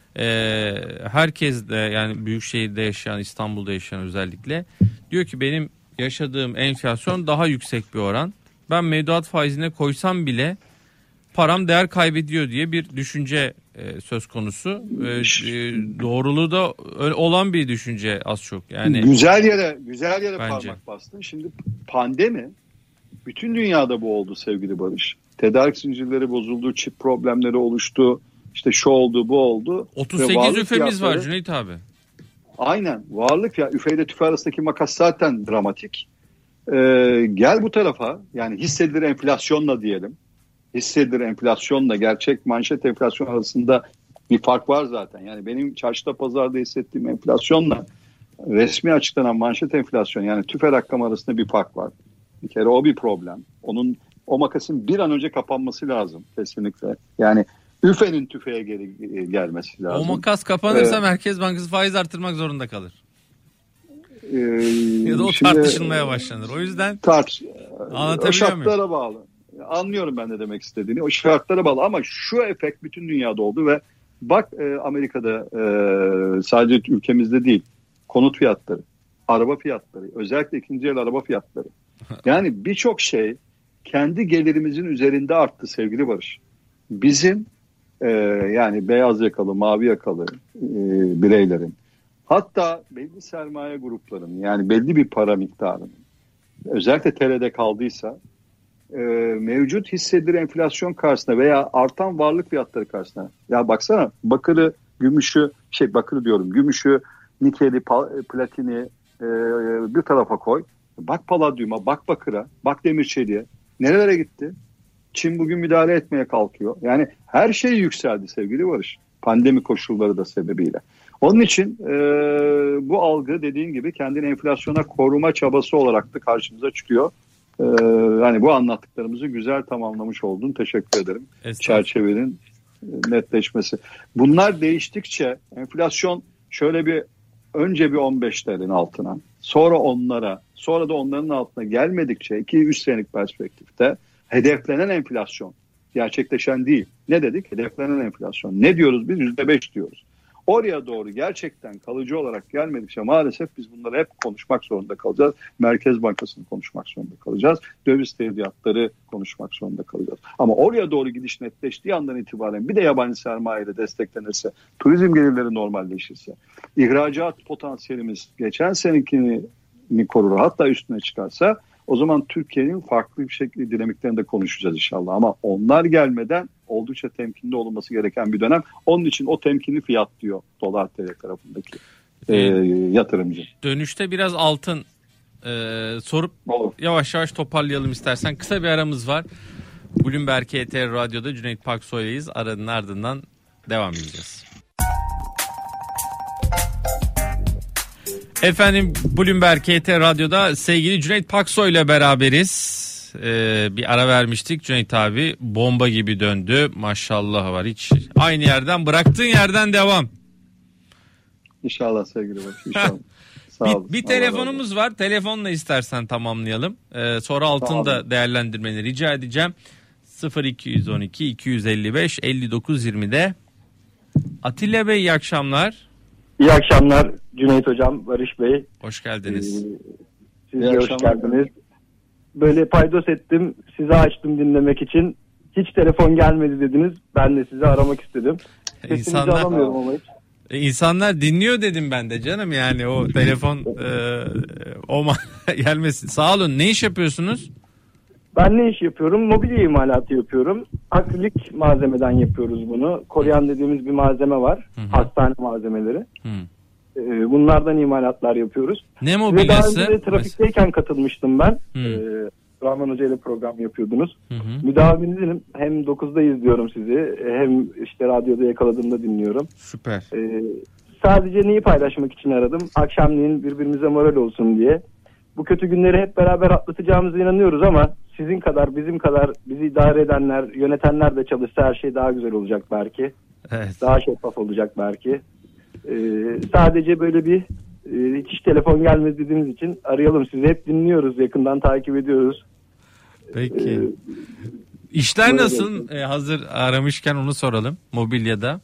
Herkes de yani büyük şehirde yaşayan, İstanbul'da yaşayan özellikle diyor ki benim yaşadığım enflasyon daha yüksek bir oran. Ben mevduat faizine koysam bile param değer kaybediyor diye bir düşünce söz konusu. Doğruluğu da olan bir düşünce az çok. Yani güzel yere bence parmak bastın. Şimdi pandemi bütün dünyada bu oldu sevgili Barış. Tedarik zincirleri bozuldu, çip problemleri oluştu. İşte şu oldu, bu oldu. 38 üfemiz var Cüneyt abi. Aynen. Varlık ya üfe ile tüfe arasındaki makas zaten dramatik. Gel bu tarafa yani hissedilir enflasyonla diyelim. Hissedilir enflasyonla gerçek manşet enflasyon arasında bir fark var zaten. Yani benim çarşıda pazarda hissettiğim enflasyonla resmi açıklanan manşet enflasyon yani tüfe rakam arasında bir fark var. Bir kere o bir problem. O makasın bir an önce kapanması lazım kesinlikle. Yani üfenin tüfeğe geri gelmesi lazım. O makas kapanırsa Merkez Bankası faiz artırmak zorunda kalır. Ya da o tartışılmaya başlanır. O yüzden o şartlara bağlı. Anlıyorum ben ne demek istediğini. O şartlara bağlı ama şu efekt bütün dünyada oldu ve bak Amerika'da sadece ülkemizde değil konut fiyatları, araba fiyatları, özellikle ikinci el araba fiyatları. Yani birçok şey kendi gelirimizin üzerinde arttı sevgili Barış. Bizim yani beyaz yakalı, mavi yakalı bireylerin hatta belli sermaye gruplarının yani belli bir para miktarının özellikle TL'de kaldıysa mevcut hissedilir enflasyon karşısında veya artan varlık fiyatları karşısında ya baksana bakırı, gümüşü gümüşü, nikeli, platini bir tarafa koy. Bak paladyuma, bak bakıra, bak demir çeliğe. Nerelere gitti? Çin bugün müdahale etmeye kalkıyor. Yani her şey yükseldi sevgili Barış. Pandemi koşulları da sebebiyle. Onun için bu algı dediğin gibi kendini enflasyona koruma çabası olarak da karşımıza çıkıyor. Yani bu anlattıklarımızı güzel tamamlamış oldun. Teşekkür ederim. Çerçevenin netleşmesi. Bunlar değiştikçe enflasyon şöyle önce bir 15'lerin altına, sonra 10'lara, sonra da onların altına gelmedikçe 2-3 senelik perspektifte hedeflenen enflasyon gerçekleşen değil. Ne dedik? Hedeflenen enflasyon. Ne diyoruz biz? %5 diyoruz. Oraya doğru gerçekten kalıcı olarak gelmedikçe maalesef biz bunları hep konuşmak zorunda kalacağız. Merkez Bankası'nı konuşmak zorunda kalacağız. Döviz tevdiatları konuşmak zorunda kalacağız. Ama oraya doğru gidiş netleştiği andan itibaren bir de yabancı sermayeyle desteklenirse, turizm gelirleri normalleşirse, ihracat potansiyelimiz geçen senekini korur hatta üstüne çıkarsa o zaman Türkiye'nin farklı bir şekilde dinamiklerinde konuşacağız inşallah. Ama onlar gelmeden oldukça temkinli olunması gereken bir dönem. Onun için o temkinli fiyat diyor dolar TL tarafındaki yatırımcı. Dönüşte biraz altın sorup olur. Yavaş yavaş toparlayalım istersen. Kısa bir aramız var. Bloomberg ETR Radyo'da Cüneyt Paksoy'layız. Aranın ardından devam edeceğiz. Efendim Bloomberg ETR Radyo'da sevgili Cüneyt Paksoy ile beraberiz. Bir ara vermiştik. Cüneyt abi bomba gibi döndü. Maşallah var hiç. Aynı yerden bıraktığın yerden devam. İnşallah sevgili Barış. İnşallah. Sağ olun. Bir telefonumuz var. Telefonla istersen tamamlayalım. Sonra altını da değerlendirmeni rica edeceğim. 0212 255 59 20'de. Atilla Bey iyi akşamlar. İyi akşamlar Cüneyt Hocam, Barış Bey. Hoş geldiniz. Siz de hoş geldiniz. Böyle paydos ettim, sizi açtım dinlemek için. Hiç telefon gelmedi dediniz. Ben de sizi aramak istedim. Sesinizi alamıyorum ama hiç. İnsanlar dinliyor dedim ben de canım, yani o telefon gelmesin. Sağ olun. Ne iş yapıyorsunuz? Ben ne iş yapıyorum? Mobilya imalatı yapıyorum. Akrilik malzemeden yapıyoruz bunu. Koryan dediğimiz bir malzeme var. Hı-hı. Hastane malzemeleri. Bunlardan imalatlar yapıyoruz. Ne mobilyası? Ve daha önce de trafikteyken katılmıştım ben. Rahman Hoca ile program yapıyordunuz. Müdaviminizim. Hem 9'da izliyorum sizi. Hem işte radyoda yakaladığımda dinliyorum. Süper. Sadece neyi paylaşmak için aradım? Akşamleyin birbirimize moral olsun diye. Bu kötü günleri hep beraber atlatacağımıza inanıyoruz ama sizin kadar, bizim kadar bizi idare edenler, yönetenler de çalışsa her şey daha güzel olacak belki. Evet. Daha şeffaf olacak belki. Sadece böyle bir hiç telefon gelmedi dediğiniz için arayalım. Sizi hep dinliyoruz, yakından takip ediyoruz. Peki. İşler nasıl? Hazır aramışken onu soralım. Mobilyada.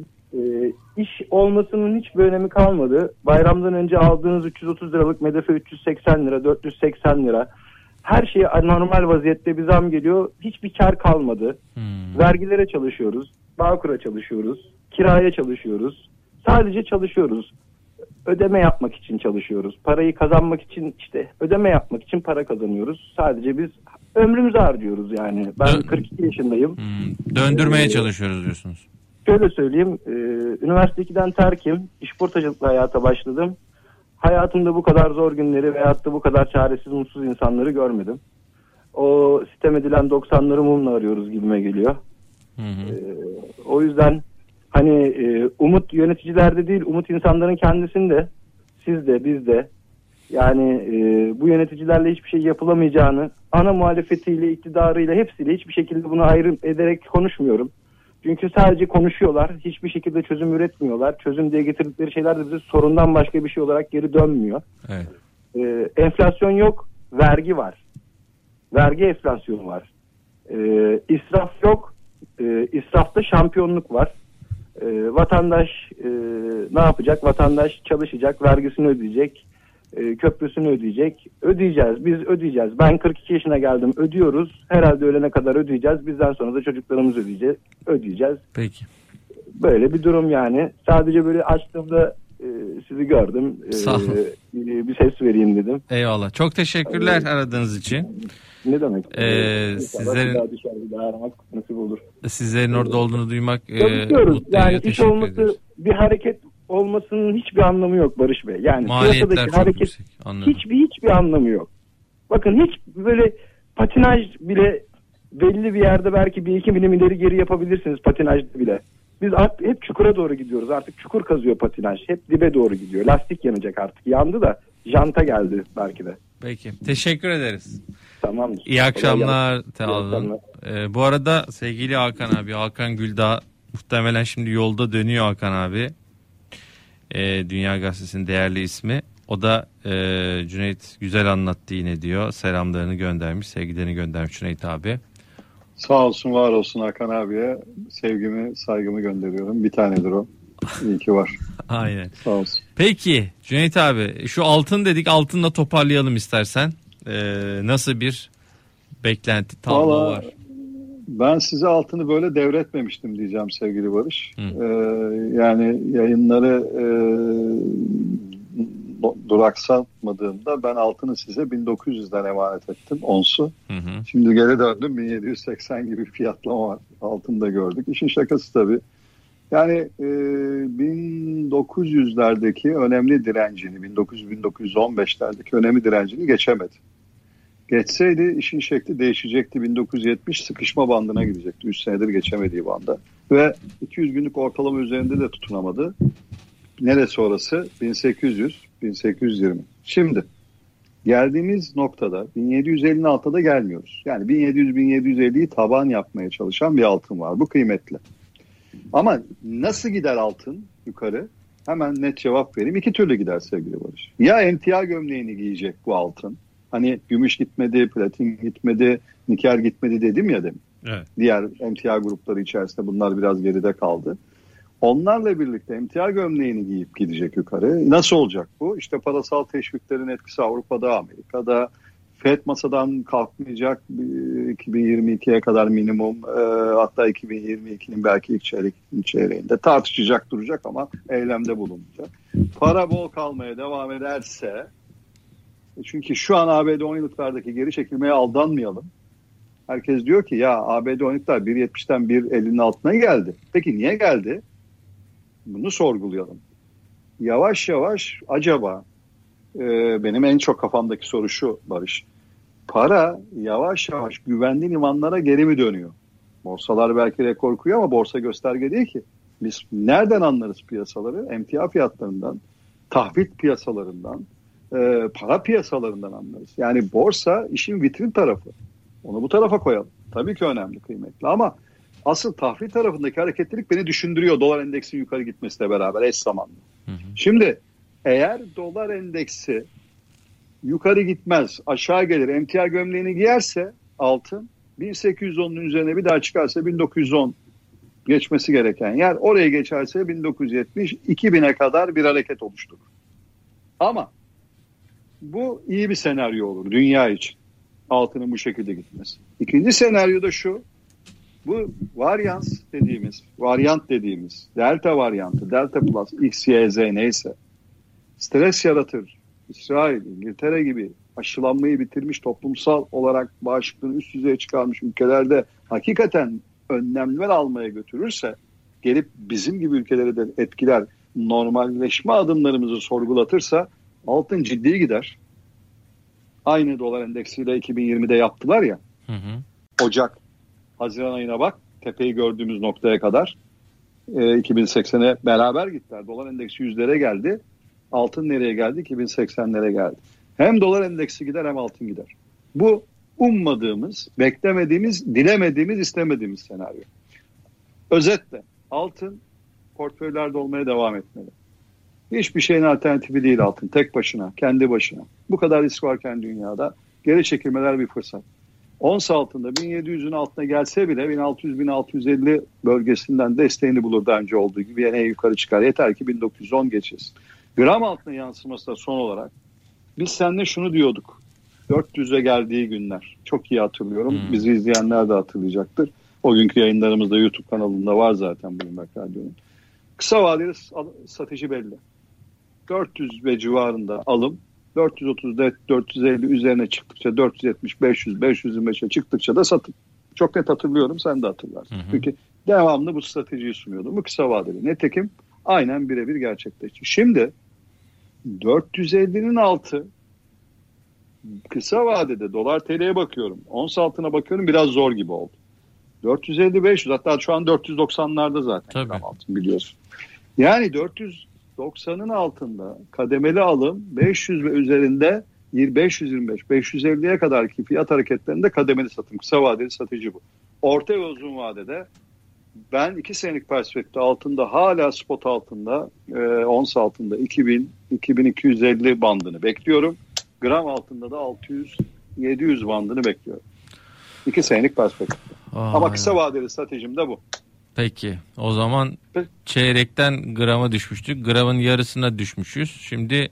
İş olmasının hiçbir önemi kalmadı. Bayramdan önce aldığınız 330 liralık medefe 380 lira, 480 lira. Her şeye normal vaziyette bir zam geliyor. Hiçbir kar kalmadı. Vergilere çalışıyoruz. Bağkur'a çalışıyoruz. Kiraya çalışıyoruz. Sadece çalışıyoruz. Ödeme yapmak için çalışıyoruz. Parayı kazanmak için işte ödeme yapmak için para kazanıyoruz. Sadece biz ömrümüzü harcıyoruz yani. Ben 42 yaşındayım. Döndürmeye çalışıyoruz diyorsunuz. Şöyle söyleyeyim. Üniversite 2'den terkim. İşportacılıkla hayata başladım. Hayatımda bu kadar zor günleri veyahut da bu kadar çaresiz, mutsuz insanları görmedim. O sitem edilen 90'ları mumla arıyoruz gibime geliyor. O yüzden hani umut yöneticilerde değil, umut insanların kendisinde. Siz de, biz de. Yani bu yöneticilerle hiçbir şey yapılamayacağını, ana muhalefetiyle, iktidarıyla, hepsiyle hiçbir şekilde bunu ayrım ederek konuşmuyorum. Çünkü sadece konuşuyorlar. Hiçbir şekilde çözüm üretmiyorlar. Çözüm diye getirdikleri şeyler de bize sorundan başka bir şey olarak geri dönmüyor. Evet. Enflasyon yok, vergi var. Vergi enflasyonu var. İsraf yok, israfta şampiyonluk var. Vatandaş ne yapacak? Vatandaş çalışacak, vergisini ödeyecek, köprüsünü ödeyecek. Ödeyeceğiz, biz ödeyeceğiz. Ben 42 yaşına geldim, ödüyoruz. Herhalde ölene kadar ödeyeceğiz. Bizden sonra da çocuklarımız ödeyeceğiz. Peki. Böyle bir durum yani. Sadece böyle açtığımda sizi gördüm. Sağ olun. Bir ses vereyim dedim. Eyvallah. Çok teşekkürler aradığınız için. Ne demek? Sizlerin daha dışarıda aramak nasip olur. Sizlerin orada olduğunu duymak mutlu yani iş olması ederiz. Bir hareket olmasının hiçbir anlamı yok Barış Bey. Yani piyasadaki hareket hiçbir anlamı yok. Bakın hiç böyle patinaj bile belli bir yerde belki 1-2 milim ileri geri yapabilirsiniz patinajda bile. Biz hep çukura doğru gidiyoruz. Artık çukur kazıyor patinaj. Hep dibe doğru gidiyor. Lastik yanacak artık. Yandı da janta geldi belki de. Peki. Teşekkür ederiz. Tamamdır. İyi akşamlar. Bu arada sevgili Hakan abi, Hakan Güldağ muhtemelen şimdi yolda dönüyor Hakan abi. Dünya Gazetesi'nin değerli ismi. O da Cüneyt güzel anlattı yine diyor. Selamlarını göndermiş, sevgilerini göndermiş Cüneyt abi. Sağ olsun, var olsun Hakan abiye. Sevgimi, saygımı gönderiyorum. Bir tanedir o. İyi ki var. Aynen. Sağ olsun. Peki Cüneyt abi, şu altın dedik, altınla toparlayalım istersen. Nasıl bir beklenti tablo var? Ben size altını böyle devretmemiştim diyeceğim sevgili Barış. Yani yayınları duraksatmadığımda ben altını size 1900'den emanet ettim, onsu. Şimdi geri döndüm, 1780 gibi fiyatlama var. Altını da gördük. İşin şakası tabii. Yani 1900'lerdeki önemli direncini, 1900-1915'lerdeki önemli direncini geçemedi. Geçseydi işin şekli değişecekti. 1970 sıkışma bandına gidecekti. 3 senedir geçemediği banda. Ve 200 günlük ortalama üzerinde de tutunamadı. Neresi orası? 1800-1820. Şimdi geldiğimiz noktada 1750'nin altına gelmiyoruz. Yani 1700-1750'yi taban yapmaya çalışan bir altın var. Bu kıymetli. Ama nasıl gider altın yukarı? Hemen net cevap vereyim. 2 türlü gider sevgili Barış. Ya emtia gömleğini giyecek bu altın. Hani gümüş gitmedi, platin gitmedi, nikel gitmedi dedim ya demin. Evet. Diğer emtia grupları içerisinde bunlar biraz geride kaldı. Onlarla birlikte emtia gömleğini giyip gidecek yukarı. Nasıl olacak bu? İşte parasal teşviklerin etkisi Avrupa'da, Amerika'da. FED masadan kalkmayacak 2022'ye kadar minimum, hatta 2022'nin belki ilk çeyreğinde tartışacak duracak ama eylemde bulunacak. Para bol kalmaya devam ederse, çünkü şu an ABD 10 yıllıklardaki geri çekilmeye aldanmayalım. Herkes diyor ki ya ABD 10 yıllıklar 1.70'ten 1.50'nin altına geldi. Peki niye geldi? Bunu sorgulayalım. Yavaş yavaş acaba benim en çok kafamdaki soru şu Barış. Para yavaş yavaş güvenli limanlara geri mi dönüyor? Borsalar belki rekor kuruyor ama borsa gösterge değil ki. Biz nereden anlarız piyasaları? Emtia fiyatlarından, tahvil piyasalarından, para piyasalarından anlarız. Yani borsa işin vitrin tarafı. Onu bu tarafa koyalım. Tabii ki önemli, kıymetli ama asıl tahvil tarafındaki hareketlilik beni düşündürüyor. Dolar endeksinin yukarı gitmesiyle beraber eş zamanlı. Şimdi eğer dolar endeksi yukarı gitmez, aşağı gelir, emtia gömleğini giyerse altın 1810'un üzerine bir daha çıkarsa 1910 geçmesi gereken yer, oraya geçerse 1970 2000'e kadar bir hareket oluşturur. Ama bu iyi bir senaryo olur dünya için. Altının bu şekilde gitmesi. İkinci senaryo da şu. Bu varyant dediğimiz delta varyantı, delta plus, x, y, z neyse stres yaratır. İsrail, İngiltere gibi aşılanmayı bitirmiş, toplumsal olarak bağışıklığını üst düzeye çıkarmış ülkelerde hakikaten önlemler almaya götürürse, gelip bizim gibi ülkeleri de etkiler, normalleşme adımlarımızı sorgulatırsa altın ciddi gider. Aynı dolar endeksiyle 2020'de yaptılar ya. Ocak, Haziran ayına bak, tepeyi gördüğümüz noktaya kadar 2080'e beraber gittiler. Dolar endeksi 100'lere geldi. Altın nereye geldi? 2080'lere geldi. Hem dolar endeksi gider hem altın gider. Bu ummadığımız, beklemediğimiz, dilemediğimiz, istemediğimiz senaryo. Özetle altın portföylerde olmaya devam etmeli. Hiçbir şeyin alternatifi değil altın. Tek başına, kendi başına. Bu kadar risk varken dünyada geri çekilmeler bir fırsat. Ons altında 1700'ün altına gelse bile 1600-1650 bölgesinden desteğini bulur daha önce olduğu gibi. Yine yukarı çıkar. Yeter ki 1910 geçesin. Gram altına yansıması da son olarak. Biz seninle şunu diyorduk. 400'e geldiği günler. Çok iyi hatırlıyorum. Bizi izleyenler de hatırlayacaktır. O günkü yayınlarımızda YouTube kanalında var zaten Bloomberg Radyo'nun. Kısa vadeli strateji belli. 400 ve civarında alım. 430-450 üzerine çıktıkça 470, 500, 525'e çıktıkça da satım. Çok net hatırlıyorum, sen de hatırlarsın. Çünkü devamlı bu stratejiyi sunuyordum. Bu kısa vadeli. Nitekim aynen birebir gerçekleşti. Şimdi 450'nin altı kısa vadede dolar TL'ye bakıyorum. Ons altına bakıyorum, biraz zor gibi oldu. 450-500, hatta şu an 490'larda zaten altın biliyorsun. Yani 490'ın altında kademeli alım, 500 ve üzerinde 525, 550'ye kadarki fiyat hareketlerinde kademeli satım. Kısa vadeli strateji bu. Orta ve uzun vadede ben 2 senelik perspektifte altında, hala spot altında, ons altında 2000-2250 bandını bekliyorum. Gram altında da 600-700 bandını bekliyorum. 2 senelik perspektifte. Ama kısa vadeli stratejim de bu. Peki o zaman çeyrekten grama düşmüştük. Gramın yarısına düşmüşüz. Şimdi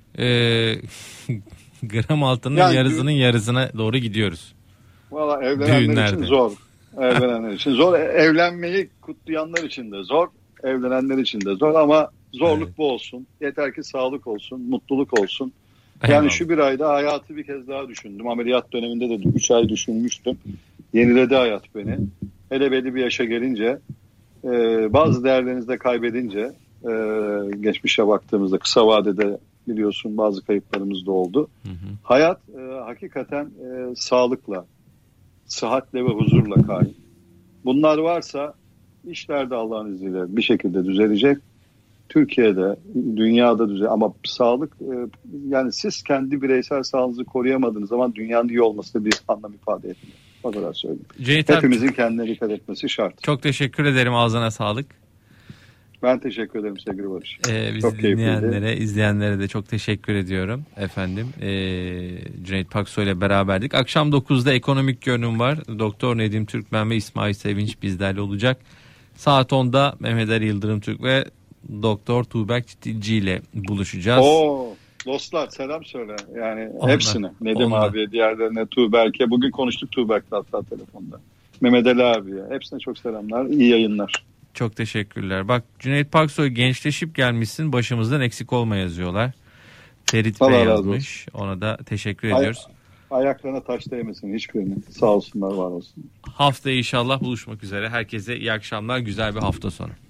gram altının yani, yarısının yarısına doğru gidiyoruz. Valla evlenenler için zor. Evlenenler için zor. Evlenmeyi kutlayanlar için de zor. Evlenenler için de zor ama zorluk bu olsun. Yeter ki sağlık olsun, mutluluk olsun. Yani eyvallah. Şu bir ayda hayatı bir kez daha düşündüm. Ameliyat döneminde de 3 ay düşünmüştüm. Yeniledi hayat beni. Hele belli bir yaşa gelince, bazı değerlerinizi de kaybedince, geçmişe baktığımızda kısa vadede biliyorsun bazı kayıplarımız da oldu. Hayat hakikaten sağlıkla, sıhhatle ve huzurla kaim. Bunlar varsa işler de Allah'ın izniyle bir şekilde düzelecek. Türkiye'de, dünyada düzelecek. Ama sağlık, yani siz kendi bireysel sağlığınızı koruyamadığınız zaman dünyanın iyi olması da bir anlam ifade etmiyor. O kadar söyleyeyim. Hepimizin kendine dikkat etmesi şart. Çok teşekkür ederim. Ağzına sağlık. Ben teşekkür ederim sevgili Barış. Bizi dinleyenlere, izleyenlere de çok teşekkür ediyorum efendim. Cüneyt Paksoy ile beraberdik. Akşam 9'da ekonomik görünüm var. Doktor Nedim Türkmen ve İsmail Sevinç bizlerle olacak. Saat 10'da Mehmet Ali Yıldırım Türk ve Doktor Tuğberk Çitilci ile buluşacağız. Dostlar selam söyle. Yani hepsine. Nedim abiye, diğerlerine, Tuğberk'e. Bugün konuştuk Tuğberk'le hatta telefonda. Mehmet Ali abiye. Hepsine çok selamlar. İyi yayınlar. Çok teşekkürler. Bak Cüneyt Paksoy gençleşip gelmişsin, başımızdan eksik olma yazıyorlar. Ferit Bey yazmış. Ona da teşekkür ediyoruz. Ayaklarına taş değmesin hiçbirinin. Sağ olsunlar, var olsun. Haftaya inşallah buluşmak üzere. Herkese iyi akşamlar. Güzel bir hafta sonu.